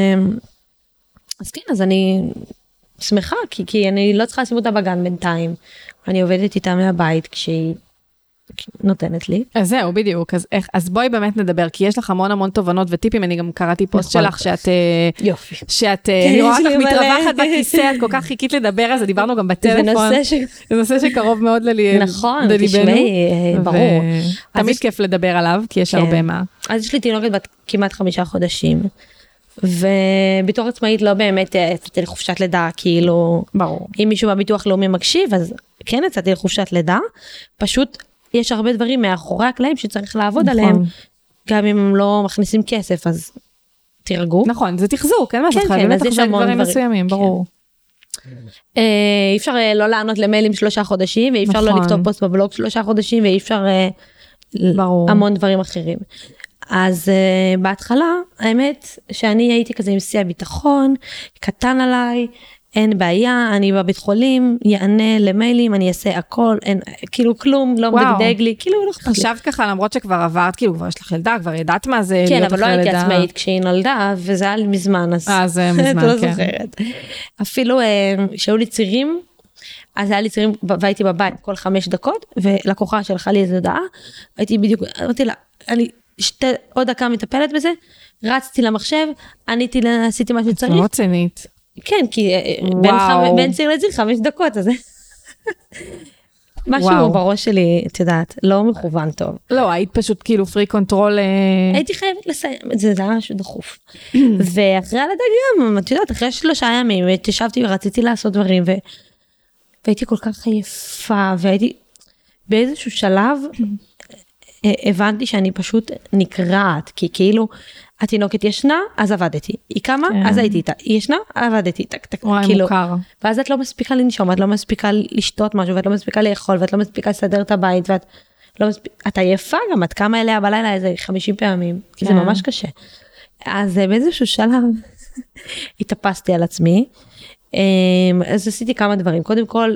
כן, אז אני שמחה, כי אני לא צריכה לשים אותה בגן בינתיים. אני עובדת איתה מהבית כשהיא נותנת לי. אז זהו, בדיוק. אז בואי באמת נדבר, כי יש לך המון תובנות וטיפים, אני גם קראתי פוסט שלך שאת... יופי. אני רואה אותך מתרווחת בכיסא, את כל כך חיכית לדבר על זה, דיברנו גם בטלפון. זה נושא שקרוב מאוד לליבנו. נכון, תשמעי, ברור. תמיד כיף לדבר עליו, כי יש הרבה מה. אז יש לי תינוקת בת כמעט 5 חודשים, ובתור עצמאית לא באמת יצאתי לחופשת לידה, כאילו... ברור. אם מישהו מהביטוח לאומי מקשיב, אז כן יצאתי לחופשת לידה, פשוט יש הרבה דברים מאחורי הקלעים שצריך לעבוד עליהם, גם אם הם לא מכניסים כסף, אז תרגעו. נכון, זה תחזור, כן, אז חייבים לתחזק דברים מסוימים, ברור. אי אפשר לא לענות למיילים 3 חודשים, ואי אפשר לא לכתוב פוסט בבלוג 3 חודשים, ואי אפשר המון דברים אחרים. אז בהתחלה, האמת שאני הייתי כזה עם שיא הביטחון, קטן עליי, אין בעיה, אני בבית חולים, יענה למיילים, אני אעשה הכל, אין, כאילו כלום, לא מדגדג לי, כאילו לא אכפת לי. חשבת ככה, למרות שכבר עברת, כאילו כבר יש לך ילדה, כבר ידעת מה זה כן, אבל לא הייתי עצמאית כשהיא נולדה, וזה היה לי מזמן, אז... זה מזמן, לא זוכרת. אפילו שהיו לי צירים, אז היה לי צירים, והייתי בבית כל 5 דקות, ולקוחה שלחה לי איזו הודעה, הייתי בדיוק, אמרתי לה, אני עוד דקה מטפלת בזה, רצתי למחשב, עשיתי מה שצריך. מאוד צינית. כן, כי בין ציר לציר 5 דקות, אז משהו בראש שלי, את יודעת, לא מכוון טוב. לא, היית פשוט כאילו פרי קונטרול. הייתי חייבת לסיים את זה, זה היה משהו דחוף. ואחרי הלידה גם, את יודעת, אחרי 3 ימים, התיישבתי ורציתי לעשות דברים, והייתי כל כך עייפה, והייתי באיזשהו שלב, הבנתי שאני פשוט נקרעת, כי כאילו, התינוקת ישנה, אז עבדתי. היא קמה, אז הייתי איתה. היא ישנה, עבדתי. וואי, מוכר. ואז את לא מספיקה לנשום, את לא מספיקה לשתות משהו, ואת לא מספיקה לאכול, ואת לא מספיקה לסדר את הבית, ואת לא מספיקה, את עייפה גם, את קמה אליה בלילה איזה 50 פעמים, כי זה ממש קשה. אז באיזשהו שלב, התאפסתי על עצמי, אז עשיתי כמה דברים. קודם כל,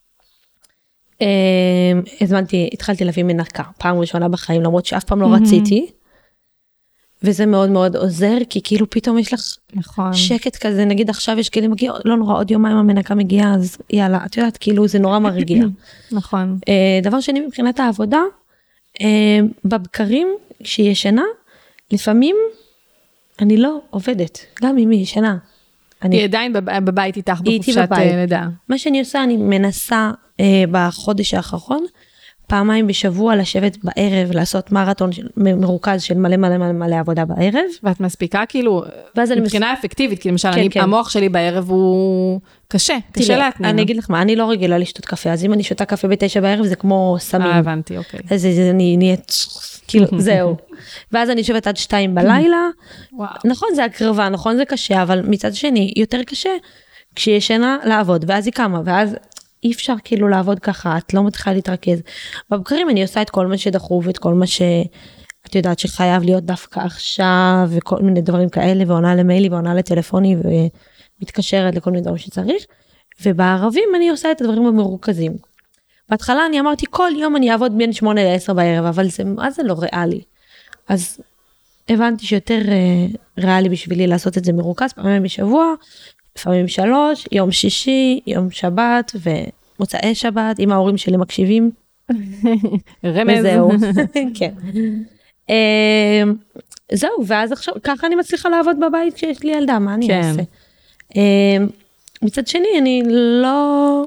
התחלתי להביא מנקה, פעם ראשונה בחיים, למרות שאף פעם לא רציתי, וזה מאוד מאוד עוזר, כי כאילו פתאום יש לך שקט כזה, נגיד עכשיו יש כלים מגיע, לא נורא, עוד יומיים המנקה מגיעה, אז יאללה, את יודעת, כאילו זה נורא מרגיע. נכון. דבר שני, מבחינת העבודה, בבקרים, כשהיא ישנה, לפעמים אני לא עובדת, גם אם היא ישנה. היא עדיין בבית איתך בחופשת לידה. מה שאני עושה, אני מנסה בחודש האחרון, 2 פעמים בשבוע לשבת בערב, לעשות מרתון מרוכז של מלא עבודה בערב. ואת מספיקה כאילו, מבחינה אפקטיבית, כי למשל המוח שלי בערב הוא קשה להתניע. אני אגיד לך מה, אני לא רגילה לשתות קפה, אז אם אני שותה קפה ב9 בערב, זה כמו סמים. הבנתי, אוקיי. אז אני נהיית, כאילו, זהו. ואז אני יושבת עד 2 בלילה. נכון, זה הקרבה, נכון, זה קשה, אבל מצד שני, יותר קשה, כשהיא ישנה לעבוד, ואז היא קמה, ואז אי אפשר כאילו לעבוד ככה, את לא מתחילה להתרכז. בבקרים אני עושה את כל מה שדחוף, ואת כל מה שאת יודעת שחייב להיות דווקא עכשיו, וכל מיני דברים כאלה, ועונה למיילי, ועונה לטלפוני, ומתקשרת לכל מיני דברים שצריך. ובערבים אני עושה את הדברים המרוכזים. בהתחלה אני אמרתי, כל יום אני אעבוד בין 8 ל-10 בערב, אבל זה לא ריאלי. אז הבנתי שיותר ריאלי בשבילי לעשות את זה מרוכז, פעמים בשבוע, לפעמים 3, יום שישי, יום שבת ומוצאי שבת, אם ההורים שלי מקשיבים. רמז. וזהו. כן. זהו, ואז עכשיו, ככה אני מצליחה לעבוד בבית כשיש לי ילדה, מה אני אעשה? מצד שני, אני לא...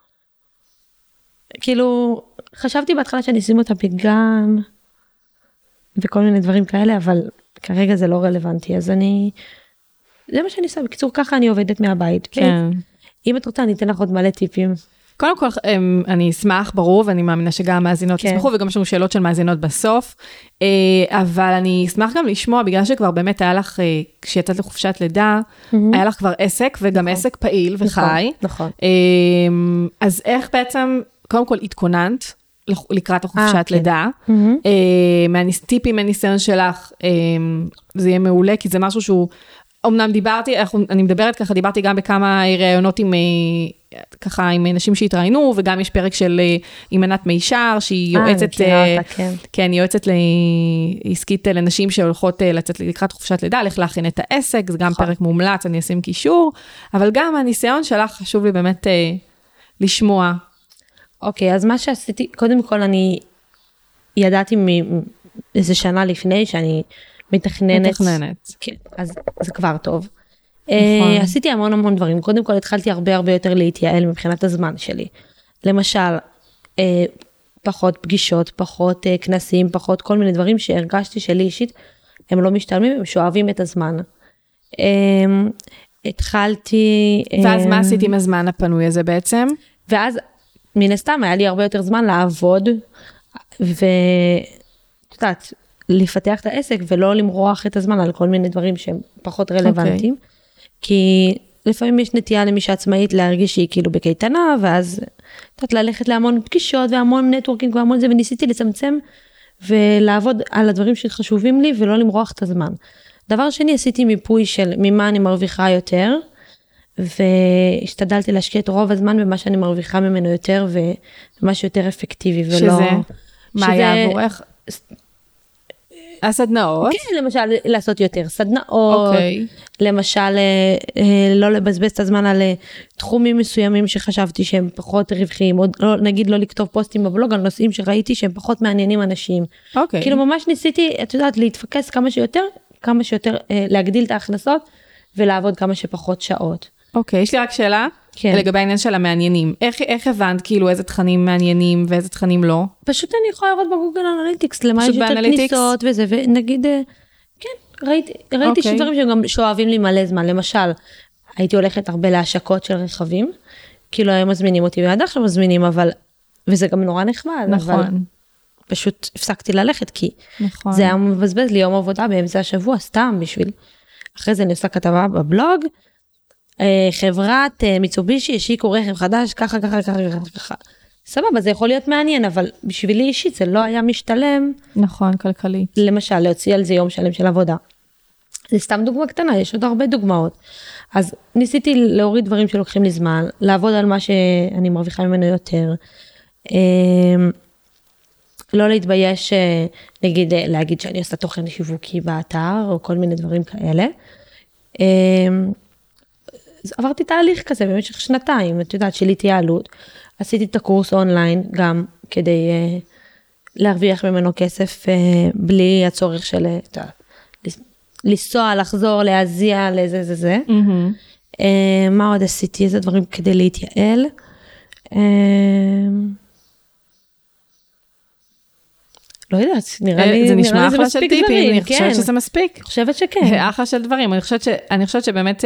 כאילו, חשבתי בהתחלה שאני אשים אותה בגן, וכל מיני דברים כאלה, אבל כרגע זה לא רלוונטי, אז זה מה שאני עושה, בקיצור, ככה אני עובדת מהבית. כן. אם את רוצה, אני אתן לך עוד מלא טיפים. קודם כל, אני אשמח, ברור, ואני מאמינה שגם המאזינות ישמחו, וגם יש לנו שאלות של מאזינות בסוף, אבל אני אשמח גם לשמוע, בגלל שכבר באמת היה לך, כשיצאת לחופשת לידה, היה לך כבר עסק, וגם עסק פעיל וחי. נכון. אז איך בעצם, קודם כל התכוננת לקראת החופשת לידה. טיפים מהניסיון שלך, זה יהיה מעולה, כי זה משהו שהוא, אמנם אני מדברת ככה, דיברתי גם בכמה ראיונות ככה עם נשים שהתראינו, וגם יש פרק עם ענת מישר, שהיא יועצת, כן, יועצת עסקית לנשים שהולכות לצאת לקראת חופשת לידה, איך להכין את העסק, זה גם פרק מומלץ, אני אשים קישור, אבל גם הניסיון שלך חשוב לי באמת לשמוע. אוקיי, אז מה שעשיתי, קודם כל אני ידעתי איזה שנה לפני שאני מתכננת. כן, אז זה כבר טוב. עשיתי המון דברים. קודם כל התחלתי הרבה יותר להתייעל מבחינת הזמן שלי. למשל, פחות פגישות, פחות כנסים, פחות כל מיני דברים שהרגשתי שלי אישית, הם לא משתלמים, הם שואבים את הזמן. התחלתי... ואז מה עשיתי עם הזמן הפנוי הזה בעצם? ואז מן הסתם היה לי הרבה יותר זמן לעבוד, יודעת, לפתח את העסק ולא למרוח את הזמן על כל מיני דברים שהם פחות רלוונטיים. כי לפעמים יש נטייה למי שעצמאית להרגיש שהיא כאילו בקייטנה, ואז ללכת להמון פגישות והמון נטוורקינג והמון זה, וניסיתי לצמצם ולעבוד על הדברים שחשובים לי ולא למרוח את הזמן. דבר שני, עשיתי מיפוי של ממה אני מרוויחה יותר, והשתדלתי להשקיע את רוב הזמן במה שאני מרוויחה ממנו יותר, ומה שיותר אפקטיבי ולא... שזה? מה היה עבורך? הסדנאות? כן, למשל, לעשות יותר סדנאות, למשל, לא לבזבז את הזמן על תחומים מסוימים שחשבתי שהם פחות רווחיים, או נגיד לא לכתוב פוסטים בבלוג על נושאים שראיתי שהם פחות מעניינים אנשים. כאילו ממש ניסיתי, את יודעת, להתפקס כמה שיותר, להגדיל את ההכנסות, ולעבוד כמה שפחות שעות. אוקיי, יש לי רק שאלה, לגבי העניין של המעניינים. איך הבנת כאילו איזה תכנים מעניינים ואיזה תכנים לא? פשוט אני יכולה לראות בגוגל אנליטיקס, למה יש יותר כניסות וזה, ונגיד, כן, ראיתי שדברים שהם גם שואבים לי מלא זמן. למשל, הייתי הולכת הרבה להשקות של רכבים, כאילו היום מזמינים אותי, ועד עכשיו מזמינים, וזה גם נורא נחמד, אבל פשוט הפסקתי ללכת, כי זה היה מבזבז לי יום עבודה באמצע השבוע, סתם בשביל. אחרי זה אני עושה כתבה בבלוג, חברת מיצובישי השיקו רכב חדש, ככה. סבבה, זה יכול להיות מעניין, אבל בשבילי אישית זה לא היה משתלם. נכון, כלכלית. למשל, להוציא על זה יום שלם של עבודה. זה סתם דוגמה קטנה, יש עוד הרבה דוגמאות. אז ניסיתי להוריד דברים שלוקחים לי זמן, לעבוד על מה שאני מרוויחה ממנו יותר. לא להתבייש, נגיד, להגיד שאני עושה תוכן שיווקי באתר, או כל מיני דברים כאלה. עברתי תהליך כזה במשך 2 את יודעת, של התייעלות. עשיתי את הקורס אונליין גם כדי להרוויח ממנו כסף בלי הצורך של לנסוע, לחזור, להזיע, לזה. מה עוד עשיתי? איזה דברים כדי להתייעל? לא יודעת, נראה לי זה נשמע אחלה של טיפים, אני חושבת שזה מספיק. אני חושבת שכן. אחלה של דברים, אני חושבת שבאמת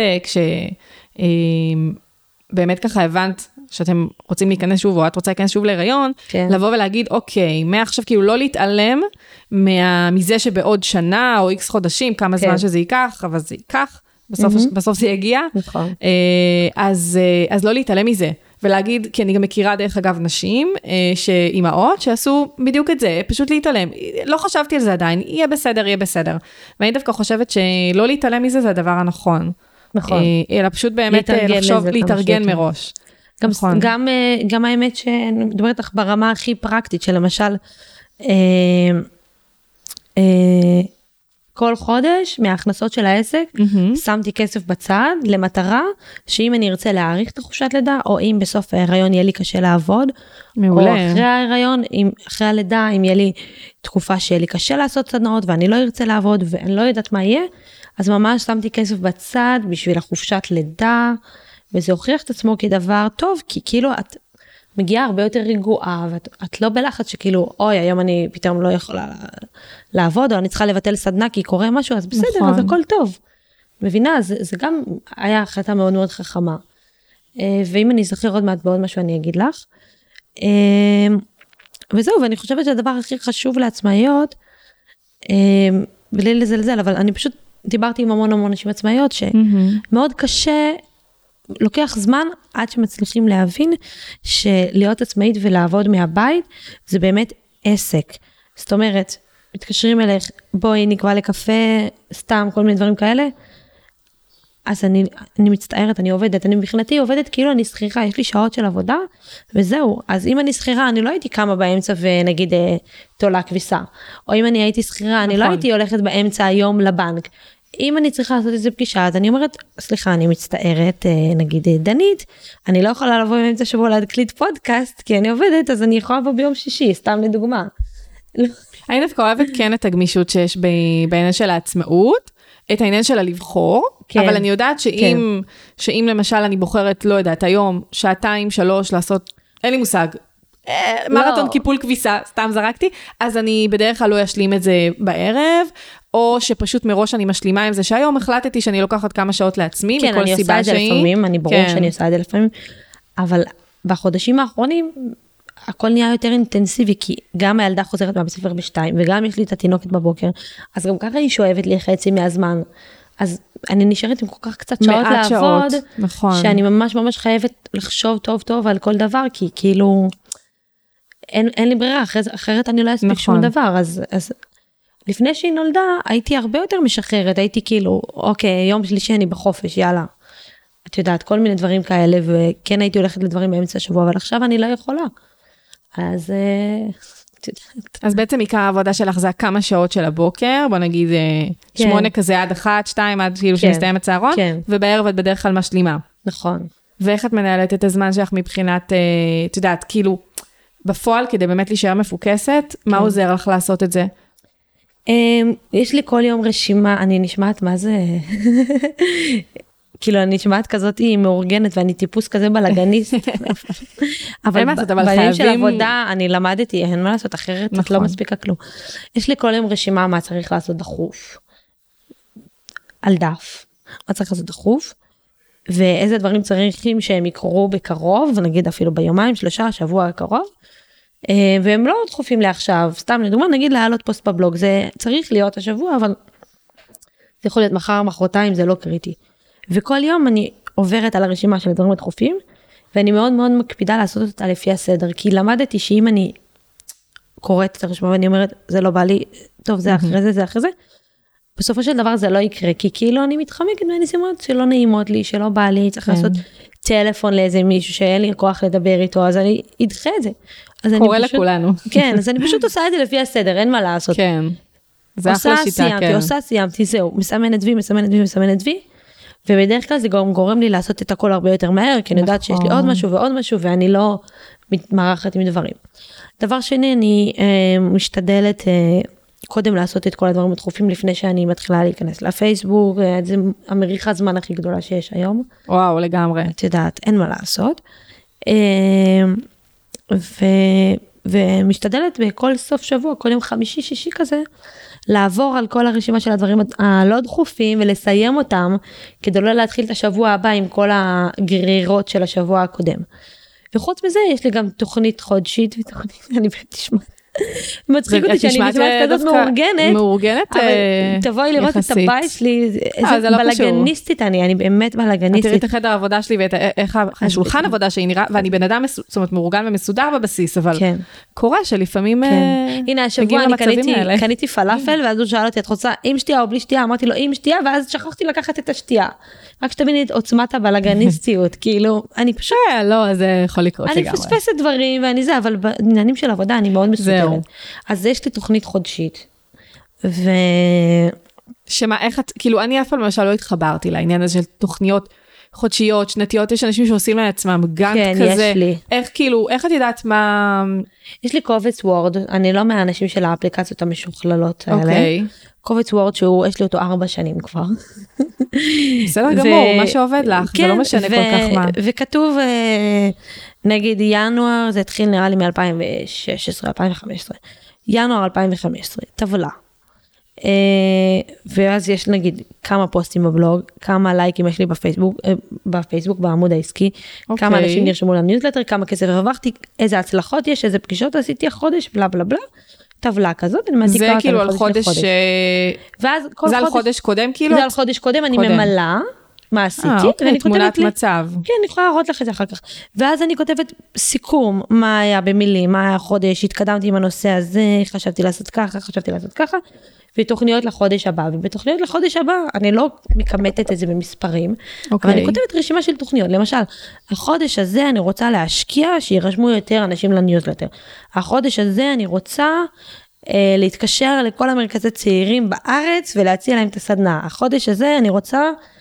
באמת ככה הבנת שאתם רוצים להיכנס שוב, או את רוצה להיכנס שוב להיריון, לבוא ולהגיד, אוקיי, מעכשיו כאילו לא להתעלם מזה שבעוד שנה או X חודשים, כמה זמן שזה ייקח, אבל זה ייקח, בסוף זה יגיע. נכון. אז לא להתעלם מזה. ולהגיד, כי אני גם מכירה דרך אגב נשים, שאימהות שעשו בדיוק את זה, פשוט להתעלם. לא חשבתי על זה עדיין, יהיה בסדר. ואני דווקא חושבת שלא להתעלם מזה זה הדבר הנכון. נכון. אלא פשוט באמת לחשוב, להתארגן מראש. גם האמת שאני מדברת לך ברמה הכי פרקטית, שלמשל, כל חודש מההכנסות של העסק, שמתי כסף בצד למטרה, שאם אני ארצה להאריך את החופשת לידה, או אם בסוף ההיריון יהיה לי קשה לעבוד, או אחרי ההיריון, אחרי הלידה, אם יהיה לי תקופה שיהיה לי קשה לעשות סדנאות, ואני לא ארצה לעבוד, ואני לא יודעת מה יהיה, אז ממש שמתי כסף בצד, בשביל החופשת לידה, וזה הוכיח את עצמו כדבר טוב, כי כאילו את מגיעה הרבה יותר רגועה, ואת לא בלחץ שכאילו, אוי, היום אני פתאום לא יכולה לעבוד, או אני צריכה לבטל סדנה, כי קורה משהו, אז בסדר, אז הכל טוב. מבינה, זה גם היה החלטה מאוד מאוד חכמה. ואם אני אזכר עוד מעט בעוד משהו, אני אגיד לך. וזהו, ואני חושבת שהדבר הכי חשוב לעצמאיות, בלי לזלזל, אבל אני פשוט דיברתי עם המון אנשים עצמאיות, שמאוד קשה, לוקח זמן עד שמצליחים להבין שלהיות עצמאית ולעבוד מהבית, זה באמת עסק. זאת אומרת, מתקשרים אליך, בואי נקבע לקפה, סתם, כל מיני דברים כאלה, אז אני מצטערת, אני עובדת, אני מבחינתי עובדת כאילו אני שכירה, יש לי שעות של עבודה, וזהו. אז אם אני שכירה, אני לא הייתי קמה באמצע ונגיד תולה כביסה. או אם אני הייתי שכירה, אני לא הייתי הולכת באמצע היום לבנק. אם אני צריכה לעשות איזה פגישה, אז אני אומרת, סליחה, אני מצטערת, נגיד דנית, אני לא יכולה לבוא באמצע שבוע להקליט פודקאסט, כי אני עובדת, אז אני יכולה לבוא ביום שישי, סתם לדוגמה. אני דווקא אוהבת כן את הגמישות שיש בעניין של העצמאות, את העניין שלה לבחור, כן. אבל אני יודעת שאם למשל אני בוחרת, לא יודעת, היום, 2-3 לעשות, אין לי מושג, מרתון קיפול כביסה, סתם זרקתי, אז אני בדרך כלל לא אשלים את זה בערב, או שפשוט מראש אני משלימה עם זה, שהיום החלטתי שאני לוקחת כמה שעות לעצמי, כן, אני עושה את זה לפעמים, אני ברור שאני עושה את זה לפעמים, אבל בחודשים האחרונים, הכל נהיה יותר אינטנסיבי, כי גם הילדה חוזרת מהבית ספר ב2, וגם יש לי את התינוקת בבוקר, אז גם ככה היא שואבת לי חצי מהזמן, אז אני נשארת עם כל כך קצת שעות לעבוד, נכון. שאני ממש ממש חייבת לחשוב טוב טוב על כל דבר, כי כאילו, אין לי ברירה, אחרת אני לא אספיק נכון. שום דבר, אז לפני שהיא נולדה, הייתי הרבה יותר משחררת, הייתי כאילו, אוקיי, יום שלישי אני בחופש, יאללה. את יודעת, כל מיני דברים כאלה, וכן הייתי הולכת לדברים באמצע השבוע, אבל עכשיו אני לא יכולה. אז אז בעצם עיקר העבודה שלך זה כמה שעות של הבוקר, בוא נגיד 8 כזה עד 1, 2 עד כאילו שמסתיים הצהרון, ובערב את בדרך כלל משלימה. נכון. ואיך את מנהלת את הזמן שלך מבחינת, את יודעת, כאילו, בפועל כדי באמת להישאר מפוקסת, מה עוזר לך לעשות את זה? יש לי כל יום רשימה, אני נשמעת מה זה... כאילו, אני נשמעת כזאת היא מאורגנת, ואני טיפוס כזה בלגניסט. אבל בימים של עבודה, אני למדתי, אין מה לעשות, אחרת את לא מספיקה כלום. יש לי כל יום רשימה מה צריך לעשות דחוף. על דף. מה צריך לעשות דחוף, ואיזה דברים צריכים שהם יקרו בקרוב, נגיד אפילו ביומיים, 3, שבוע הקרוב, והם לא דחופים לעכשיו. סתם, לדוגמה, נגיד להעלות פוסט בבלוג, זה צריך להיות השבוע, אבל זה יכול להיות מחר, מחרתיים, זה לא קריטי. וכל יום אני עוברת על הרשימה של הדברים הדחופים, ואני מאוד מאוד מקפידה לעשות אותה לפי הסדר, כי למדתי שאם אני קוראת את הרשימה ואני אומרת, זה לא בא לי, טוב, זה אחרי זה, זה אחרי זה, בסופו של דבר זה לא יקרה, כי כאילו אני מתחמקת מהניסיונות שלא נעימות לי, שלא בא לי, צריך לעשות טלפון לאיזה מישהו שאין לי כוח לדבר איתו, אז אני אדחה את זה. קורא לכולנו. כן, אז אני פשוט עושה את זה לפי הסדר, אין מה לעשות. כן, זה אחלה שיטה, כן. עושה, סיימתי, זהו, מסמנת וי, מסמנת וי, מסמנת וי, ובדרך כלל זה גם גורם לי לעשות את הכל הרבה יותר מהר, כי אני יודעת שיש לי עוד משהו ועוד משהו, ואני לא מתמרחת עם דברים. דבר שני, אני משתדלת קודם לעשות את כל הדברים הדחופים, לפני שאני מתחילה להיכנס לפייסבוק, זה המריחה הזמן הכי גדולה שיש היום. וואו, לגמרי. את יודעת, אין מה לעשות. ומשתדלת בכל סוף שבוע, כל יום חמישי, שישי כזה, לעבור על כל הרשימה של הדברים הלא דחופים, ולסיים אותם, כדי לא להתחיל את השבוע הבא עם כל הגרירות של השבוע הקודם. וחוץ מזה, יש לי גם תוכנית חודשית, ותוכנית, אני באמת תשמע, מצחיק אותי שאני נשמעת כזאת מאורגנת, אבל תבואי לראות את הבית שלי, איזה בלגניסטית אני באמת בלגניסטית. תראי את החדר העבודה שלי, ואיך השולחן עבודה שהיא נראה, ואני בן אדם, זאת אומרת, מאורגן ומסודר בבסיס, אבל קורה שלפעמים הנה, השבוע אני קניתי פלאפל, ואז הוא שאל אותי, את רוצה עם שתייה או בלי שתייה? אמרתי לו, עם שתייה, ואז שכחתי לקחת את השתייה. רק שתביני את עוצמת הבלגניסטיות, כאילו, אני פשוט... לא, זה יכול לקרות לגמרי. אני פספסת דברים, ואני זה, אבל בעניינים של עבודה, אני מאוד מסודרת. אז יש לי תוכנית חודשית. שמה, איך את, כאילו, אני אף פעם למשל לא התחברתי לעניין הזה של תוכניות חודשיות, שנתיות, יש אנשים שעושים לעצמם גאנט כזה. כן, יש לי. איך, כאילו, איך את יודעת מה... יש לי קובץ וורד, אני לא מהאנשים של האפליקציות המשוכללות האלה. אוקיי. קובץ וורד יש לי אותו 4 שנים כבר. בסדר גמור, מה שעובד לך, זה לא משנה כל כך מה. וכתוב, נגיד ינואר, זה התחיל נראה לי מ-2016, 2015. ינואר 2015, טבלה. ואז יש נגיד כמה פוסטים בבלוג, כמה לייקים יש לי בפייסבוק, בעמוד העסקי, כמה אנשים נרשמו לניוזלטר, כמה כסף הרווחתי, איזה הצלחות יש, איזה פגישות עשיתי החודש, בלה בלה בלה. טבלה כזאת, אני מעתיקה אותה לחודש לחודש. זה על חודש קודם כאילו? זה על חודש קודם, אני ממלאה, מה עשיתי, אוקיי, תמונת מצב. כן, אני יכולה להראות לך את זה אחר כך. ואז אני כותבת סיכום, מה היה במילים, מה היה החודש, התקדמתי עם הנושא הזה, חשבתי לעשות ככה, ותוכניות לחודש הבא, ובתוכניות לחודש הבא, אני לא מקמטת את זה במספרים, אבל אני כותבת רשימה של תוכניות, למשל, החודש הזה אני רוצה להשקיע, שירשמו יותר אנשים לניוזלטר. החודש הזה אני רוצה להתקשר לכל המרכזי צעירים בארץ, ולהציע להם את הסדנה. החודש הזה אני רוצה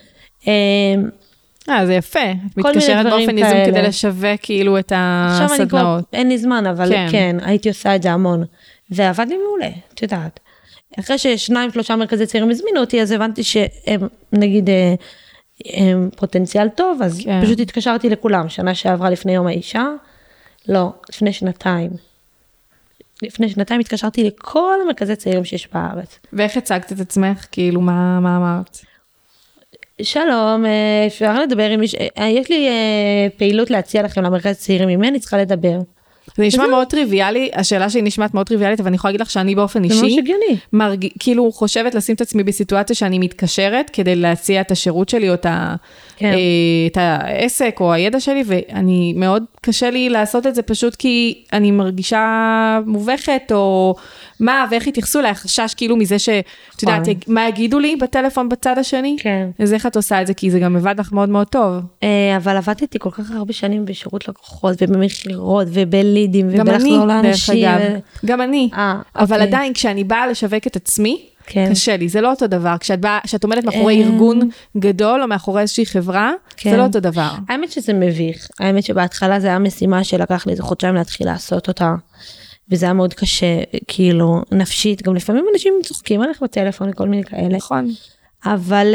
זה יפה. את מתקשרת באופן יזום כדי לשווק כאילו את הסדנאות. עכשיו אני כבר, אין לי זמן, אבל כן, הייתי עושה את זה המון. ועבד לי מעולה, את יודעת. אחרי ש2-3 מרכזי צעירים הזמינו אותי, אז הבנתי שהם, נגיד, פוטנציאל טוב, אז פשוט התקשרתי לכולם. שנה שעברה לפני יום האישה, לא, לפני שנתיים. לפני שנתיים התקשרתי לכל המרכזי צעירים שיש בארץ. ואיך הצגת את עצמך? כאילו, מה אמרת? שלום, אפשר לדבר עם מישהו, יש לי פעילות להציע לכם למרכז צעירים, עם מי אני צריכה לדבר? זה נשמע מאוד טריוויאלי, השאלה שהיא נשמעת מאוד טריוויאלית, אבל אני יכולה להגיד לך שאני באופן אישי, זה ממש הגיוני. כאילו חושבת לשים את עצמי בסיטואציה שאני מתקשרת, כדי להציע את השירות שלי, או את העסק, או הידע שלי, ואני מאוד קשה לי לעשות את זה, פשוט כי אני מרגישה מובכת, או מה, ואיך התייחסו לה, חשש כאילו מזה את יודעת, מה יגידו לי בטלפון בצד השני? כן. אז איך את עושה את זה? כי זה גם עבד לך מאוד מאוד טוב. אבל עבדתי כל כך הרבה שנים בשירות לקוחות, ובמכירות, ובלידים, ובלחזור לאנשים. גם אני. אבל עדיין, כשאני באה לשווק את עצמי, קשה לי, זה לא אותו דבר. כשאת עומדת מאחורי ארגון גדול, או מאחורי איזושהי חברה, זה לא אותו דבר. האמת שזה מביך. האמת שבהתחלה זה היה משימה שלקח לי איזה חודשיים להתחיל לעשות אותה. וזה היה מאוד קשה, כאילו, נפשית, גם לפעמים אנשים צוחקים עליך בטלפון, וכל מיני כאלה. נכון. אבל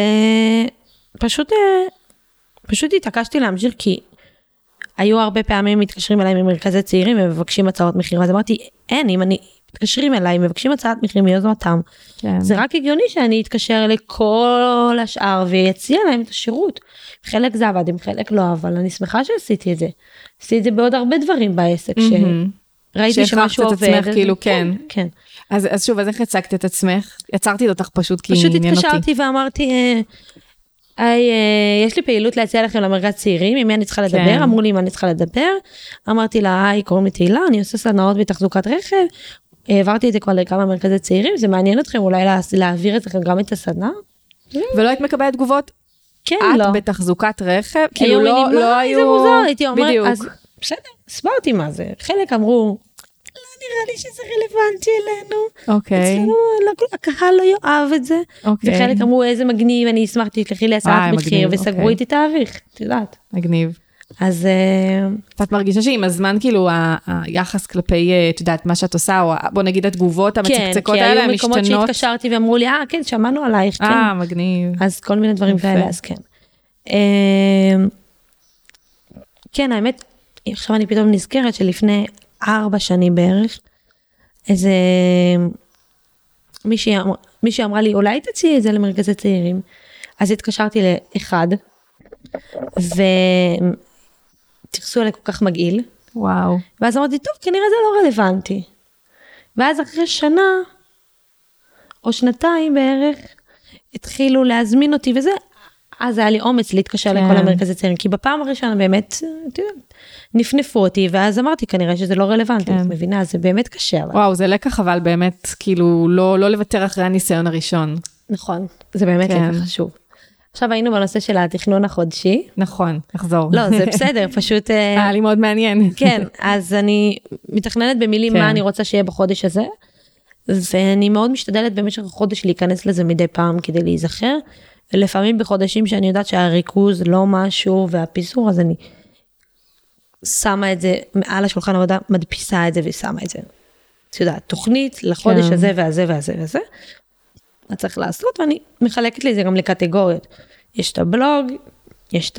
פשוט התעקשתי להמשיך, כי היו הרבה פעמים מתקשרים אליי ממרכזי צעירים, ומבקשים הצעות מחיר, אז אמרתי, אם אני מתקשרים אליי, מבקשים הצעת מחיר מיוזמתם, זה רק הגיוני שאני אתקשר לכל השאר, ויציע להם את השירות. חלק זה עבד, עם חלק לא, אבל אני שמחה שעשיתי את זה. עשיתי את זה בעוד הרבה דברים בעסק, ראיתי שמשהו עובד. שהכרחת את עצמך, כאילו, כן. אז שוב, אז איך הצגת את עצמך? יצרתי אותך פשוט כי עניין אותי. פשוט התקשרתי ואמרתי, יש לי פעילות להציע לכם למרכז צעירים, עם מי אני צריכה לדבר? אמרו לי אם אני צריכה לדבר. אמרתי לה, קוראים לי תהילה, אני עושה סדנאות בתחזוקת רכב. העברתי את זה כבר לכמה מרכזי צעירים, זה מעניין אתכם אולי להעביר את לכם גם את הסדנה? ולא היית מקבלת תגובות? כן, לא. את בתחזוקת רכב? כאילו לא היו... זה מוזר, הייתי אומרת, אז בסדר, הסברתי מה זה. חלק אמרו, לא נראה לי שזה רלוונטי אלינו. אוקיי. אצלנו, הקהל לא יאהב את זה. וחלק אמרו, איזה מגניב, אני אשמח, תשלחי לי הצעת מחיר, וסגרו איתי תאריך, את יודעת. מגניב. אז... ואת מרגישה שעם הזמן, כאילו, היחס כלפי, את יודעת, מה שאת עושה, או בוא נגיד התגובות המצקצקות האלה, המשתנות. כן, כי היו מקומות שהתקשרתי ואמרו לי, כן, שמענו עלייך, כן. מגניב. אז כל מיני דברים כאלה, אז כן. כן, האמת, עכשיו אני פתאום נזכרת שלפני 4 שנים בערך, איזה מישהי אמרה לי, אולי תציעי את זה למרכזי צעירים. אז התקשרתי לאחד, ותרסו עלי כל כך מגעיל. וואו. ואז אמרתי, טוב, כנראה זה לא רלוונטי. ואז אחרי שנה, או שנתיים בערך, התחילו להזמין אותי וזה, אז היה לי אומץ להתקשר לכל המרכזי צעירים, כי בפעם הראשונה באמת, נפנפו אותי, ואז אמרתי, כנראה שזה לא רלוונטי, את מבינה, זה באמת קשה. וואו, זה לקח אבל באמת, כאילו, לא לוותר אחרי הניסיון הראשון. נכון, זה באמת לקח חשוב. עכשיו היינו בנושא של התכנון החודשי. נכון, נחזור. לא, זה בסדר, פשוט... היה לי מאוד מעניין. כן, אז אני מתכננת במילים מה אני רוצה שיהיה בחודש הזה, ואני מאוד משתדלת במשך החודש להיכנס לזה מדי פעם כדי להיזכר, ולפעמים בחודשים שאני יודעת שהריכוז לא משהו והפיזור, אז אני שמה את זה מעל השולחן עבודה, מדפיסה את זה ושמה את זה. את יודעת, תוכנית לחודש הזה והזה והזה והזה, מה צריך לעשות, ואני מחלקת לי זה גם לקטגוריות. יש את הבלוג, יש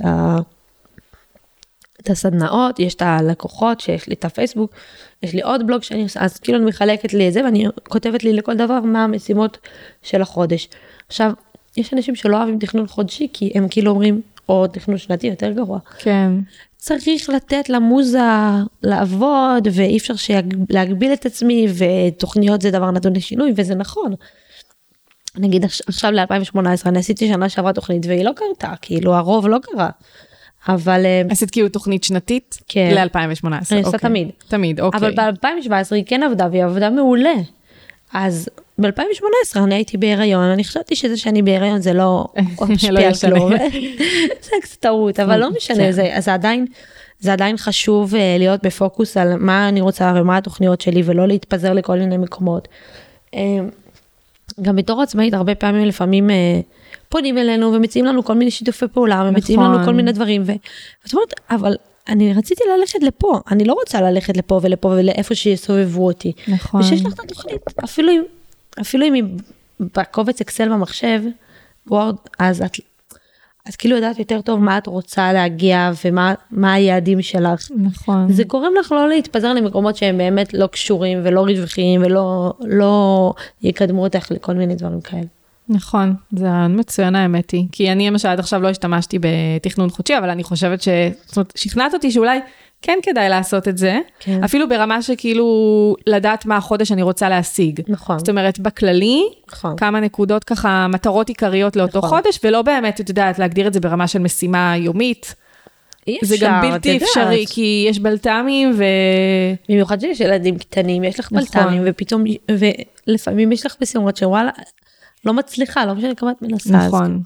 את הסדנאות, יש את הלקוחות, שיש לי את הפייסבוק, יש לי עוד בלוג שאני עושה, אז כאילו אני מחלקת לי את זה, ואני כותבת לי לכל דבר מה המשימות של החודש. עכשיו, יש אנשים שלא אוהבים תכנון חודשי, כי הם כאילו אומרים, או תכנון שנתי יותר גרוע. כן. צריך לתת למוזה לעבוד, ואי אפשר להגביל את עצמי, ותוכניות זה דבר נתון לשינוי, וזה נכון. נגיד עכשיו ל-2018, אני עשיתי שנה שעברה תוכנית, והיא לא קרתה, כאילו הרוב לא קרה. אבל... עשית כאילו תוכנית שנתית? כן. ל-2018. אני עושה תמיד. תמיד, אוקיי. אבל ב-2017 היא כן עבדה, והיא עבדה מעולה. אז ב-2018 אני הייתי בהיריון, אני חשבתי שזה שאני בהיריון זה לא משפיע על כלום. זה קצת טעות, אבל לא משנה, זה עדיין חשוב להיות בפוקוס על מה אני רוצה ומה התוכניות שלי, ולא להתפזר לכל מיני מקומות. גם בתור עצמאית, הרבה פעמים לפעמים פונים אלינו ומציעים לנו כל מיני שיתופי פעולה, ומציעים לנו כל מיני דברים, ואת אומרת, אבל אני רציתי ללכת לפה, אני לא רוצה ללכת לפה ולפה ולאיפה שיסובבו אותי. נכון. ושיש לך את התוכנית, אפילו אם היא בקובץ אקסל במחשב, וורד, אז את כאילו יודעת יותר טוב מה את רוצה להגיע, ומה היעדים שלך. נכון. זה גורם לך לא להתפזר למקומות שהם באמת לא קשורים, ולא רווחיים, ולא יקדמו אותך לכל מיני דברים כאלה. נכון, זה מצוין האמת היא, כי אני למשל עד עכשיו לא השתמשתי בתכנון חודשי, אבל אני חושבת שכנעת אותי שאולי כן כדאי לעשות את זה, כן. אפילו ברמה שכאילו לדעת מה החודש אני רוצה להשיג. נכון. זאת אומרת, בכללי, נכון. כמה נקודות ככה, מטרות עיקריות לאותו נכון. חודש, ולא באמת, את יודעת, להגדיר את זה ברמה של משימה יומית. זה גם בלתי אפשרי, כי יש בלת"מים במיוחד שיש ילדים קטנים, יש לך בלת"מים, ופתאום, ולפעמים יש לך משימות שוואלה, לא מצליחה, לא משנה כמה את מנסה. נכון.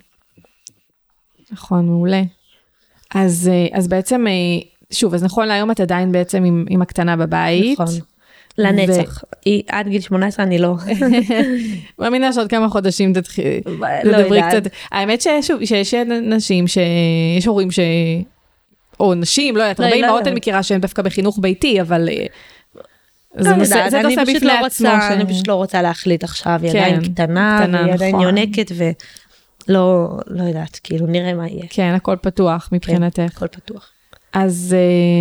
נכון, מעולה. אז בעצם, שוב, אז נכון להיום את עדיין בעצם עם הקטנה בבית. נכון. לנצח. עד גיל 18 אני לא. מאמינה שעוד כמה חודשים תדברי קצת. האמת שיש נשים, שיש הורים או נשים, לא יודעת, הרבה אמהות אני מכירה שהן דווקא בחינוך ביתי, אבל זה נושא בפני עצמו. אני פשוט לא רוצה להחליט עכשיו, היא עדיין קטנה, והיא עדיין יונקת, ולא יודעת, כאילו נראה מה יהיה. כן, הכל פתוח מבחינתך. הכל פתוח. אז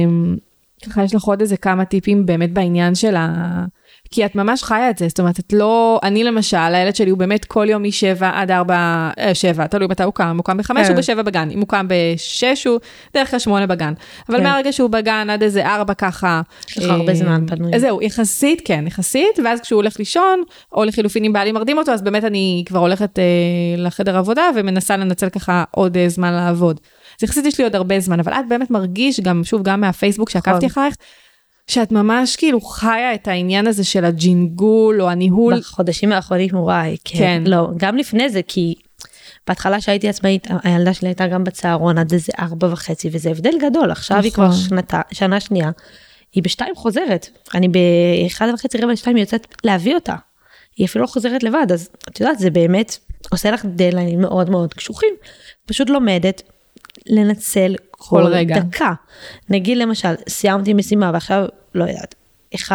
ככה יש לך עוד איזה כמה טיפים באמת בעניין של כי את ממש חיה את זה, זאת אומרת, את לא, אני למשל, הילד שלי הוא באמת כל יום מ7 עד 4, 7, תלוי מתי הוא קם ב5 או ב7 בגן, אם הוא קם ב6 הוא דרך כלל 8 בגן, אבל מהרגע שהוא בגן עד איזה 4 ככה, יש לך הרבה זמן פנוי. זהו, יחסית, כן, יחסית, ואז כשהוא הולך לישון, או לחילופין אם בעלי מרדים אותו, אז באמת אני כבר הולכת לחדר עבודה, ומנסה לנצל ככה עוד זמן לעבוד. אז יחסית יש לי עוד הרבה זמן, אבל את באמת מרגיש גם, שוב, גם מהפייסבוק שעקבתי אחריך, שאת ממש כאילו חיה את העניין הזה של הג'ינגול או הניהול. בחודשים האחרונים וואי, כן. לא, גם לפני זה, כי בהתחלה שהייתי עצמאית, הילדה שלי הייתה גם בצהרון עד איזה 4:30, וזה הבדל גדול, עכשיו היא כבר שנה שנייה, היא ב2 חוזרת, אני ב1:30 2 יוצאת להביא אותה, היא אפילו לא חוזרת לבד, אז את יודעת, זה באמת עושה לך דדליינים מאוד מאוד קשוחים, פשוט לומדת, לנצל כל דקה. נגיד למשל, סיימתי משימה ועכשיו, לא יודעת, 1:15,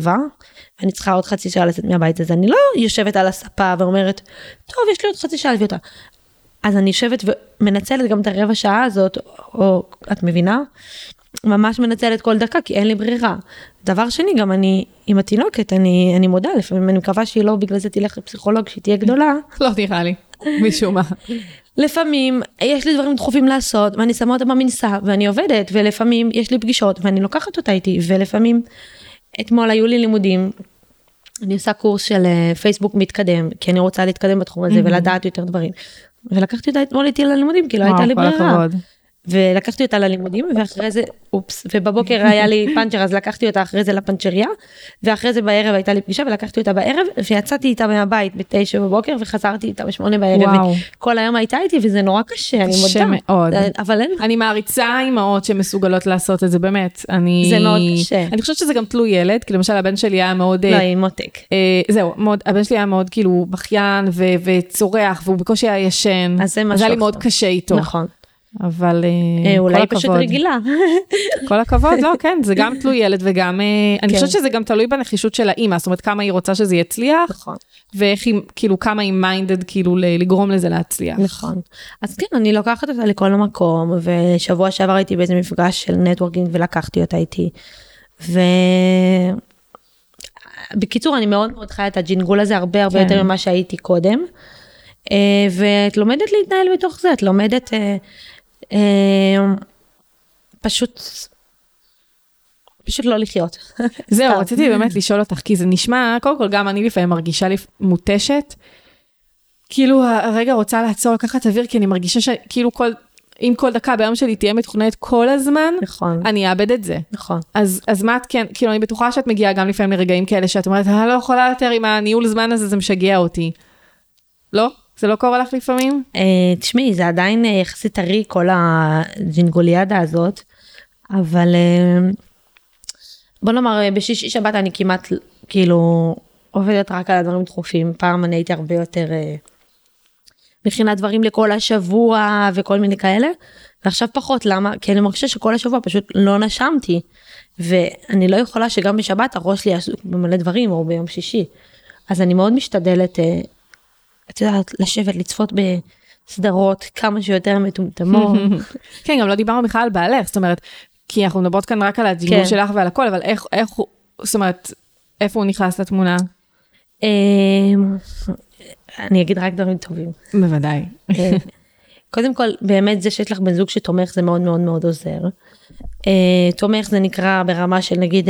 ואני צריכה עוד חצי שעה לצאת מהבית הזה, אני לא יושבת על הספה ואומרת, טוב, יש לי עוד חצי שעה להביא אותה. אז אני יושבת ומנצלת גם את הרבע שעה הזאת, או את מבינה? ממש מנצלת כל דקה, כי אין לי ברירה. דבר שני, גם אני עם התינוקת, אני מודה, לפעמים אני מקווה שהיא לא בגלל זה תלך לפסיכולוג, שהיא תהיה גדולה. לא נראה לי, משום מה. לפעמים יש לי דברים דחופים לעשות, ואני שמה אותה במנסה, ואני עובדת, ולפעמים יש לי פגישות, ואני לוקחת אותה איתי, ולפעמים, אתמול היו לי לימודים, אני עושה קורס של פייסבוק מתקדם, כי אני רוצה להתקדם בתחום הזה, ולדעת יותר דברים. ולקחתי אותה אתמול איתי ללימודים, כי לא הייתה לי ברירה. ולקחתי אותה ללימודים, ואחרי זה, ובבוקר היה לי פנצ'ר, אז לקחתי אותה אחרי זה לפנצ'ריה, ואחרי זה בערב הייתה לי פגישה, ולקחתי אותה בערב, ויצאתי איתה מהבית ב9 בבוקר, וחזרתי איתה ב8 בערב, וכל היום הייתה איתי, וזה נורא קשה, אני מודה. קשה מאוד. אבל אני מעריצה אימהות שמסוגלות לעשות את זה, באמת. זה מאוד קשה. אני חושבת שזה גם תלוי ילד, כי למשל הבן שלי היה מאוד... לא, היא מותק. זהו, הבן שלי היה מאוד כאילו בכיין וצורח, והוא בקושי היה ישן. אז היה לי מאוד קשה איתו. נכון. אבל אולי פשוט רגילה. כל הכבוד, לא, כן, זה גם תלוי ילד וגם, אני חושבת שזה גם תלוי בנחישות של האמא, זאת אומרת כמה היא רוצה שזה יצליח, נכון. ואיך היא, כאילו כמה היא מיינדד, כאילו לגרום לזה להצליח. נכון. אז כן, אני לוקחת אותה לכל המקום, ושבוע שעבר הייתי באיזה מפגש של נטוורקינג, ולקחתי אותה איתי, בקיצור, אני מאוד מאוד חיה את הג'ינגול הזה, הרבה הרבה יותר ממה שהייתי קודם, ואת לומדת להתנהל בתוך זה, את לומדת פשוט לא לחיות. זהו, רציתי באמת לשאול אותך, כי זה נשמע, קודם כל גם אני לפעמים מרגישה לי מוטשת, כאילו הרגע רוצה לעצור, לקחת אוויר, כי אני מרגישה שכאילו אם כל דקה ביום שלי תהיה מתוכננת כל הזמן, נכון. אני אאבד את זה. נכון. אז מה את כן, כאילו אני בטוחה שאת מגיעה גם לפעמים לרגעים כאלה, שאת אומרת, אני לא יכולה יותר עם הניהול זמן הזה, זה משגע אותי. לא? זה לא קורה לך לפעמים? תשמעי, זה עדיין יחסית טרי, כל הג'ינגוליאדה הזאת, אבל בוא נאמר, בשישי שבת אני כמעט, כאילו, עובדת רק על הדברים דחופים. פעם אני הייתי הרבה יותר מכינה דברים לכל השבוע וכל מיני כאלה, ועכשיו פחות. למה? כי אני מרגישה שכל השבוע פשוט לא נשמתי, ואני לא יכולה שגם בשבת הראש לי יעסוק במלא דברים, או ביום שישי. אז אני מאוד משתדלת, את יודעת, לשבת, לצפות בסדרות כמה שיותר מטומטמות. כן, גם לא דיברנו בכלל על בעלך, זאת אומרת, כי אנחנו מדברות כאן רק על הג'ינגול שלך ועל הכל, אבל איך הוא, זאת אומרת, איפה הוא נכנס לתמונה? אני אגיד רק דברים טובים. בוודאי. קודם כל, באמת זה שיש לך בן זוג שתומך, זה מאוד מאוד מאוד עוזר. תומך זה נקרא ברמה של נגיד,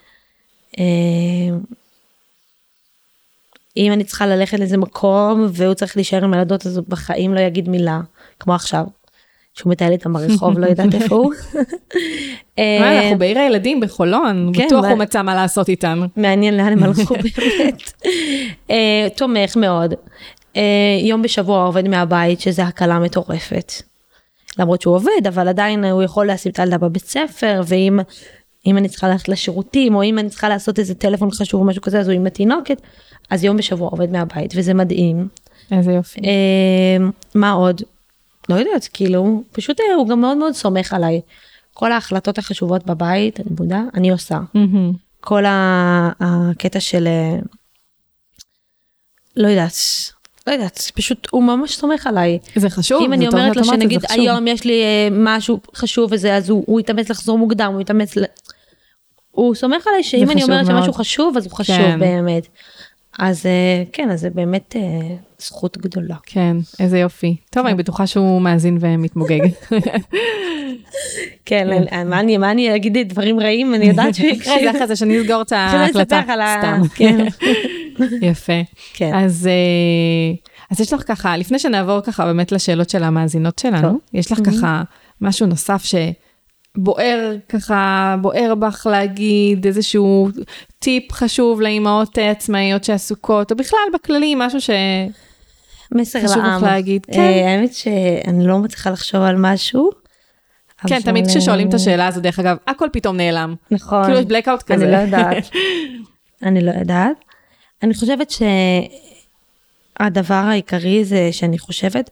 אם אני צריכה ללכת לאיזה מקום, והוא צריך להישאר עם ילדות, אז הוא בחיים לא יגיד מילה, כמו עכשיו, שהוא מטייל איתם ברחוב, לא יודעת איפה הוא. אנחנו בעיר הילדים בחולון, בטוח הוא מצא מה לעשות איתן. מעניין לאן הם הלכו באמת. תומך מאוד. יום בשבוע עובד מהבית, שזה הקלה מטורפת. למרות שהוא עובד, אבל עדיין הוא יכול להשים את הילדה בבית ספר, ואם אני צריכה ללכת לשירותים, או אם אני צריכה לעשות איזה טלפון חשוב או משהו כזה, אז הוא עם התינוקת, אז יום בשבוע עובד מהבית, וזה מדהים. איזה יופי. מה עוד? לא יודעת, כאילו, פשוט הוא גם מאוד מאוד סומך עליי. כל ההחלטות החשובות בבית, אני מודע, אני עושה. כל הקטע של, לא יודעת, פשוט הוא ממש סומך עליי. זה חשוב. אם אני אומרת לו שנגיד, היום יש לי משהו חשוב וזה, אז הוא יתאמץ לחזור מוקדם, הוא סומך עליי שאם אני אומרת שמשהו חשוב, אז הוא חשוב באמת. אז כן, אז זה באמת זכות גדולה. כן, איזה יופי. טוב, אני בטוחה שהוא מאזין ומתמוגג. כן, מה אני אגיד דברים רעים, אני יודעת שהוא יקשיב. זה אחרי זה שאני אסגור את ההקלטה. סתם. יפה. אז יש לך ככה, לפני שנעבור ככה באמת לשאלות של המאזינות שלנו, יש לך ככה משהו נוסף בוער ככה, בוער בך להגיד איזשהו טיפ חשוב לאמהות עצמאיות שעסוקות, או בכלל בכללי, משהו מסר לעם. להגיד. האמת שאני לא מצליחה לחשוב על משהו. כן, תמיד כששואלים את השאלה הזו, דרך אגב, הכל פתאום נעלם. נכון. כאילו יש בלקאוט כזה. אני לא יודעת. אני חושבת שהדבר העיקרי זה שאני חושבת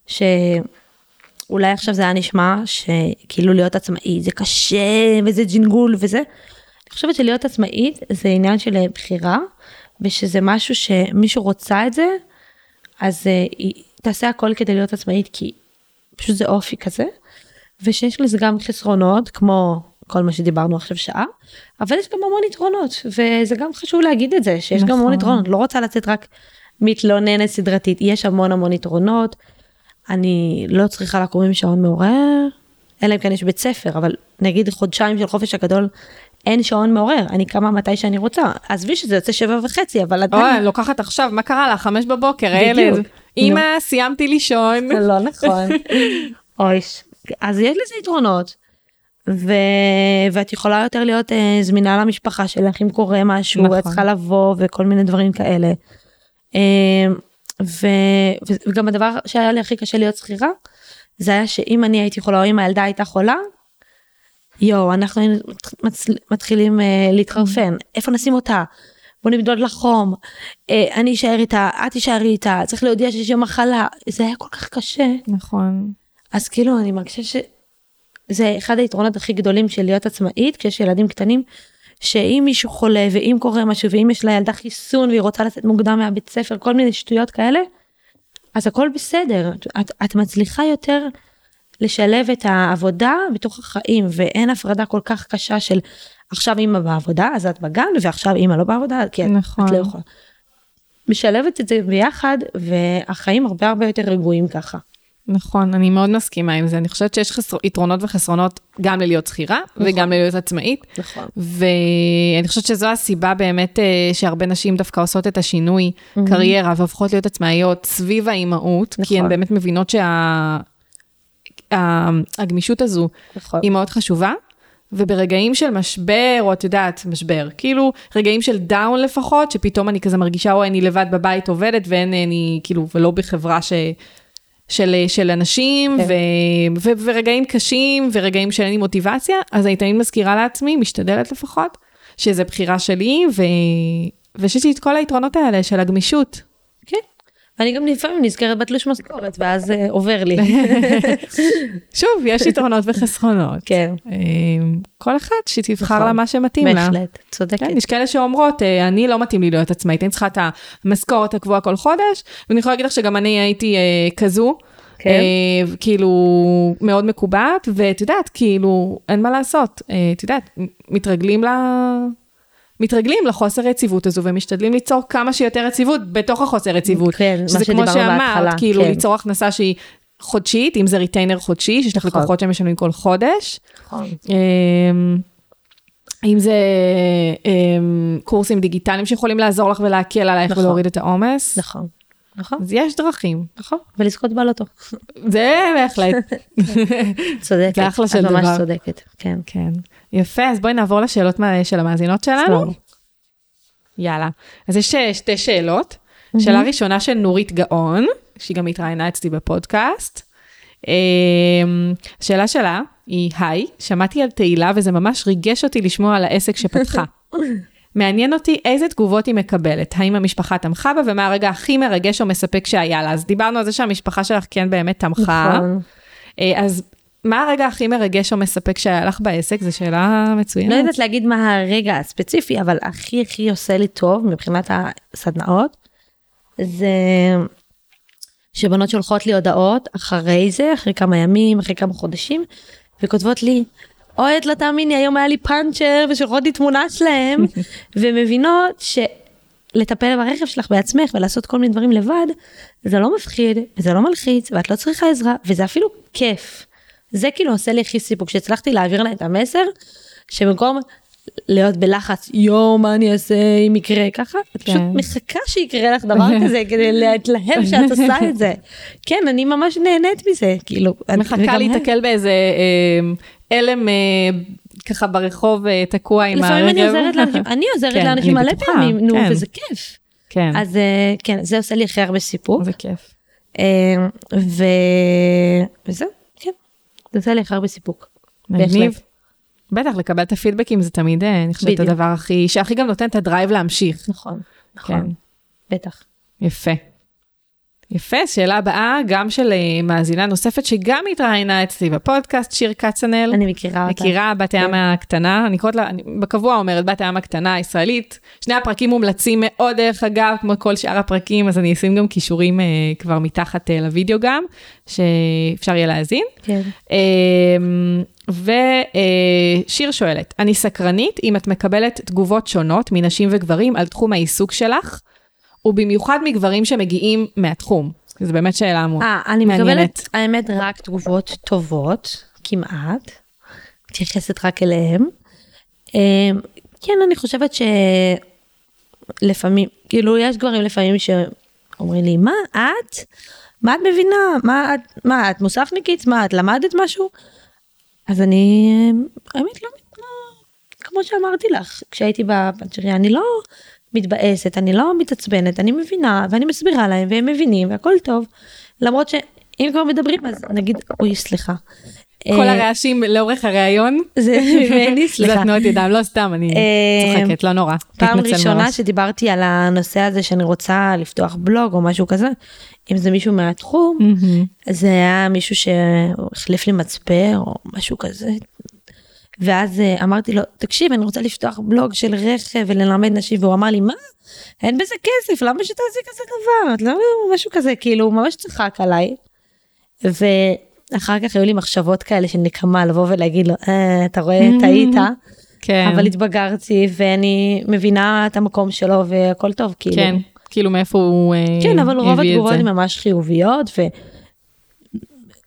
אולי עכשיו זה היה נשמע שכאילו להיות עצמאי זה קשה וזה ג'ינגול וזה. אני חושבת שלהיות עצמאית זה עניין של בחירה, ושזה משהו שמישהו רוצה את זה, אז היא תעשה הכל כדי להיות עצמאית, כי פשוט זה אופי כזה, ושיש לזה גם חסרונות, כמו כל מה שדיברנו עכשיו שעה, אבל יש גם המון יתרונות, וזה גם חשוב להגיד את זה, שיש גם המון יתרונות, לא רוצה לצאת רק מתלוננת סדרתית, יש המון יתרונות, אני לא צריכה לקום עם שעון מעורר, אלא אם כן יש בית ספר, אבל נגיד חודשיים של חופש הגדול, אין שעון מעורר, אני קמה מתי שאני רוצה, עזבי שזה יוצא 7:30, אבל עדיין... לוקחת עכשיו, מה קרה לה? 5 בבוקר, הילד. אמא, סיימתי לישון. לא נכון. אוי, אז יש לזה יתרונות, ואת יכולה יותר להיות זמינה למשפחה שלך, אם קורה משהו, את צריכה לבוא, וכל מיני דברים כאלה. וגם הדבר שהיה לי הכי קשה להיות שכירה, זה היה שאם אני הייתי חולה, או אם הילדה הייתה חולה, אנחנו מתחילים להתחרפן, איפה נשים אותה? בוא נמדוד לחום, אני אשאר איתה, את תישארי איתה, צריך להודיע שיש יום מחלה, זה היה כל כך קשה. נכון. אז כאילו אני מרגישה שזה אחד היתרונות הכי גדולים של להיות עצמאית, כשיש ילדים קטנים, שאם מישהו חולה, ואם קורה משהו, ואם יש לה ילדה חיסון, והיא רוצה לצאת מוקדם מהבית ספר, כל מיני שטויות כאלה, אז הכל בסדר. את מצליחה יותר לשלב את העבודה בתוך החיים, ואין הפרדה כל כך קשה של, עכשיו אמא בעבודה, אז את בגן, ועכשיו אמא לא בעבודה, כי את לא יכולה. משלבת את זה ביחד, והחיים הרבה יותר רגועים ככה. נכון, אני מאוד מסכימה עם זה. אני חושבת שיש יתרונות וחסרונות גם ללהיות שכירה, וגם ללהיות עצמאית. נכון. ואני חושבת שזו הסיבה באמת שהרבה נשים דווקא עושות את השינוי קריירה, והופכות להיות עצמאיות סביב האימהות, כי הן באמת מבינות שהגמישות הזו היא מאוד חשובה, וברגעים של משבר, או את יודעת, משבר, כאילו רגעים של דאון לפחות, שפתאום אני כזה מרגישה, או אני לבד בבית עובדת, ואין אני, כאילו, ולא בחברה של אנשים, ורגעים קשים, ורגעים שאין לי מוטיבציה, אז אני תמיד מזכירה לעצמי, משתדלת לפחות, שזה בחירה שלי, ושיש לי את כל היתרונות האלה של הגמישות. כן. אני גם לפעמים נזכרת בתלוש משכורת, ואז עובר לי. שוב, יש יתרונות וחסרונות. כן. כל אחד שתבחר לה מה שמתאים לה. בהחלט, צודקת. יש כאלה שאומרות, אני לא מתאים לי להיות עצמאית, אני צריכה את המשכורת הקבועה כל חודש, ואני יכולה להגיד לך שגם אני הייתי כזו, כאילו מאוד מקובעת, ואת יודעת, כאילו, אין מה לעשות, את יודעת, מתרגלים לחוסר יציבות הזו, ומשתדלים ליצור כמה שיותר יציבות בתוך החוסר יציבות. כן, שזה כמו שאמרת, כאילו ליצור הכנסה שהיא חודשית, אם זה ריטיינר חודשי, שיש לך לקוחות שהם משלמים כל חודש. אם זה קורסים דיגיטליים שיכולים לעזור לך ולהקל עלייך ולהוריד את העומס. נכון. נכון. אז יש דרכים. נכון. ולזכות בלוטו. זה בהחלט. צודקת. זה אחלה של דבר. את ממש צודקת. כן. כן. יפה, אז בואי נעבור לשאלות של המאזינות שלנו. יאללה. אז יש שתי שאלות. שאלה ראשונה של נורית גאון, שהיא גם התראיינה אצלי בפודקאסט. השאלה שלה היא, היי, שמעתי על תהילה וזה ממש ריגש אותי לשמוע על העסק שפתחה. מעניין אותי איזה תגובות היא מקבלת, האם המשפחה תמכה בה, ומה הרגע הכי מרגש או מספק שהיה לה. אז דיברנו על זה שהמשפחה שלך כן באמת תמכה. אז מה הרגע הכי מרגש או מספק שהיה לך בעסק? זו שאלה מצוינת. לא יודעת להגיד מה הרגע הספציפי, אבל הכי עושה לי טוב מבחינת הסדנאות, זה שבנות שולחות לי הודעות אחרי זה, אחרי כמה ימים, אחרי כמה חודשים, וכותבות לי, אוי, את לא תאמיני, היום היה לי פאנצ'ר, ושולחות לי תמונה שלהם, ומבינות שלטפל ברכב שלך בעצמך, ולעשות כל מיני דברים לבד, זה לא מפחיד, וזה לא מלחיץ, ואת לא צריכה עזרה, וזה אפילו כיף. זה כאילו עושה לי הכי סיפוק, שהצלחתי להעביר לה את המסר, שבמקום להיות בלחץ, מה אני אעשה אם יקרה ככה, את פשוט מחכה שיקרה לך דבר כזה, כדי להתלהב שאת עושה את זה. כן, אני ממש נהנית מזה, כאילו. מחכה להתקל באיזה אלם ככה ברחוב תקוע עם הרגב. לפעמים אני עוזרת לאנשים, אני עוזרת לאנשים מלא פעמים, נו, וזה כיף. כן. אז כן, זה עושה לי הכי הרבה סיפוק. זה כיף. וזהו, כן. זה עושה לי הכי הרבה סיפוק. מגניב. בטח, לקבל את הפידבקים זה תמיד, אני חושבת, הדבר שהכי גם נותן את הדרייב להמשיך. נכון, נכון. בטח. יפה. יפה, שאלה הבאה, גם של מאזינה נוספת, שגם התראיינה אצלי בפודקאסט, שיר קצנל. אני מכירה אותה. מכירה, בת הים הקטנה, אני קוראת לה, בקבוע אומרת, בת הים הקטנה הישראלית. שני הפרקים מומלצים מאוד, דרך אגב, כמו כל שאר הפרקים, אז אני אשים גם קישורים כבר מתחת לוידאו גם, שאפשר יהיה להאזין. כן. ושיר שואלת, אני סקרנית אם את מקבלת תגובות שונות מנשים וגברים על תחום העיסוק שלך, ובמיוחד מגברים שמגיעים מהתחום. זו באמת שאלה מעניינת. אני מקבלת, האמת, רק תגובות טובות, כמעט, מתייחסת רק אליהם. כן, אני חושבת שלפעמים, כאילו יש גברים לפעמים שאומרים לי, מה את? מה את מבינה? מה את מוסכניקית? מה את למדת משהו? אז אני, האמת, לא, כמו שאמרתי לך, כשהייתי בפנצ'ריה, אני לא מתבאסת, אני לא מתעצבנת, אני מבינה, ואני מסבירה להם, והם מבינים, והכל טוב, למרות שאם כבר מדברים, אז נגיד, אוי, סליחה. כל הרעשים לאורך הרעיון? זה ממני, סליחה. זה תנועות ידיים, לא סתם, אני צוחקת, לא נורא. פעם ראשונה שדיברתי על הנושא הזה, שאני רוצה לפתוח בלוג או משהו כזה, אם זה מישהו מהתחום, זה היה מישהו שהחליף לי מצפר או משהו כזה, ואז אמרתי לו, תקשיב, אני רוצה לפתוח בלוג של רכב וללמד נשים, והוא אמר לי, מה? אין בזה כסף, למה שתעשי כזה דבר? לא, משהו כזה, כאילו, הוא ממש צחק עליי, ואחר כך היו לי מחשבות כאלה של נקמה, לבוא ולהגיד לו, אתה רואה, טעית, אבל התבגרתי, ואני מבינה את המקום שלו, והכל טוב, כאילו. כן, כאילו מאיפה הוא הביא את זה. כן, אבל רוב התגובות הן ממש חיוביות,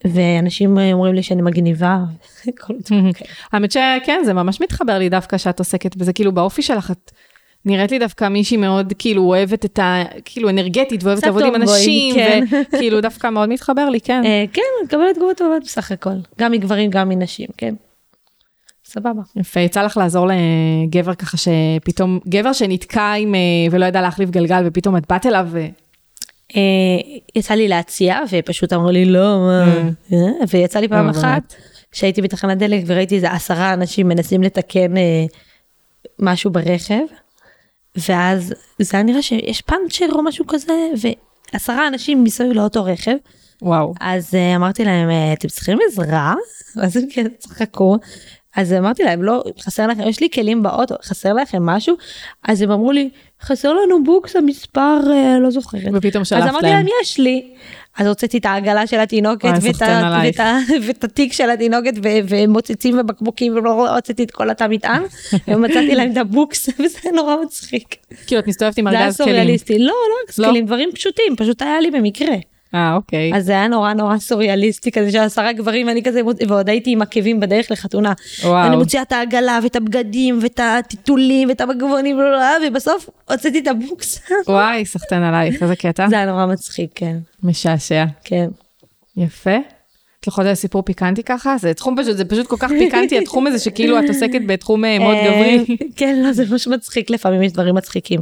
ואנשים אומרים לי שאני מגניבה. האמת שכן, זה ממש מתחבר לי דווקא שאת עוסקת בזה, כאילו באופי שלך, את נראית לי דווקא מישהי מאוד כאילו אוהבת את כאילו אנרגטית, ואוהבת לעבוד עם אנשים, וכאילו דווקא מאוד מתחבר לי, כן. כן, מקבלת תגובות טובות בסך הכל, גם מגברים, גם מנשים, כן. סבבה. יפה, יצא לך לעזור לגבר ככה שפתאום, גבר שנתקע עם, ולא ידע להחליף גלגל, ופתאום את באת אליו יצא לי להציע, ופשוט אמרו לי לא, ויצא לי פעם אחת, שהייתי בתחנת דלק, וראיתי איזה 10 אנשים מנסים לתקן משהו ברכב, ואז זה היה נראה שיש פאנצ'ר או משהו כזה, ו10 אנשים מסביב לאותו רכב. וואו. אז אמרתי להם, אתם צריכים עזרה? אז הם כן צחקו. אז אמרתי להם, לא, חסר לכם, יש לי כלים באוטו, חסר לכם משהו? אז הם אמרו לי, חסר לנו בוקס, המספר, לא זוכרת. ופתאום שלפת להם. אז אמרתי להם, יש לי. אז הוצאתי את העגלה של התינוקת, ואת התיק של התינוקת, ומוצצים ובקבוקים, ולא הוצאתי את כל התא מטען, ומצאתי להם את הבוקס, וזה נורא מצחיק. כאילו, את מסתובבת עם ארגז כלים. זה היה סוריאליסטי. לא, לא כלים, דברים פשוטים, פשוט היה לי במקרה. אוקיי. אז זה היה נורא נורא סוריאליסטי, כזה ש10 גברים, אני כזה, ועוד הייתי עם עקבים בדרך לחתונה. אני מוציאה את העגלה, ואת הבגדים, ואת הטיטולים, ואת המגבונים, ובסוף הוצאתי את הבוקס. וואי, סחטן עלייך, איזה קטע. זה היה נורא מצחיק, כן. משעשע. כן. יפה. את יכולה לדעת סיפור פיקנטי ככה? זה תחום פשוט, זה פשוט כל כך פיקנטי, התחום הזה שכאילו את עוסקת בתחום מאוד גברי. כן, לא, זה ממש מצחיק, לפעמים יש דברים מצחיקים.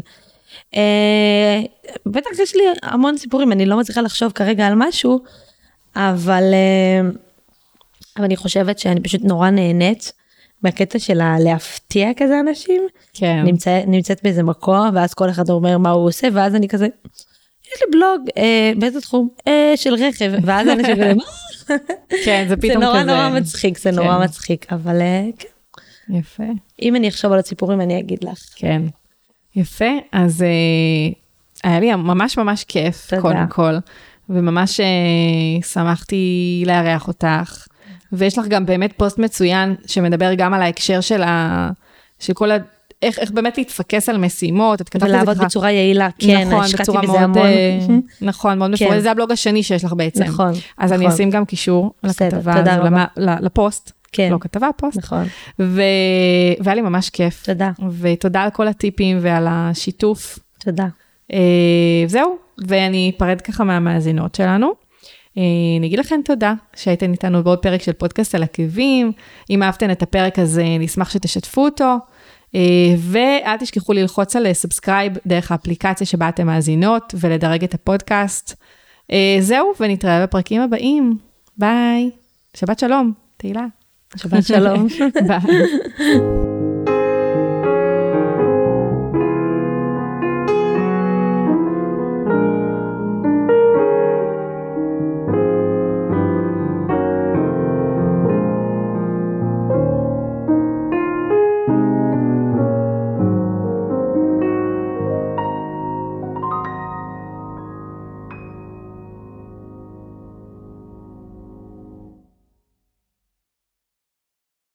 בטח יש לי המון סיפורים, אני לא מצליחה לחשוב כרגע על משהו, אבל אני חושבת שאני פשוט נורא נהנית מהקטע של להפתיע כזה אנשים. כן. נמצאת באיזה מקום, ואז כל אחד אומר מה הוא עושה, ואז אני כזה, יש לי בלוג, באיזה תחום? של רכב, ואז אנשים כזה, מה? כן, זה פתאום כזה. זה נורא מצחיק, זה נורא מצחיק, אבל כן. יפה. אם אני אחשוב על הסיפורים, אני אגיד לך. כן. יפה, אז היה לי ממש ממש כיף, קודם כל, וממש שמחתי לארח אותך, ויש לך גם באמת פוסט מצוין, שמדבר גם על ההקשר של כל איך באמת להתפקס על משימות, ולעבוד בצורה יעילה, כן, השקעתי בזה המון. נכון, מאוד מפורט, זה הבלוג השני שיש לך בעצם. נכון. אז אני אשים גם קישור לכתבה, לפוסט. לא כתבה, פוסט. נכון. והיה לי ממש כיף. תודה. ותודה על כל הטיפים ועל השיתוף. תודה. זהו, ואני אפרד ככה מהמאזינות שלנו. אני אגיד לכם תודה שהייתן איתנו בעוד פרק של פודקאסט על עקבים. אם אהבתן את הפרק הזה, נשמח שתשתפו אותו. ואל תשכחו ללחוץ על סאבסקרייב דרך האפליקציה שבה אתם מאזינות, ולדרג את הפודקאסט. זהו, ונתראה בפרקים הבאים. ביי. שבת שלום, תהילה. שבת שלום. ביי.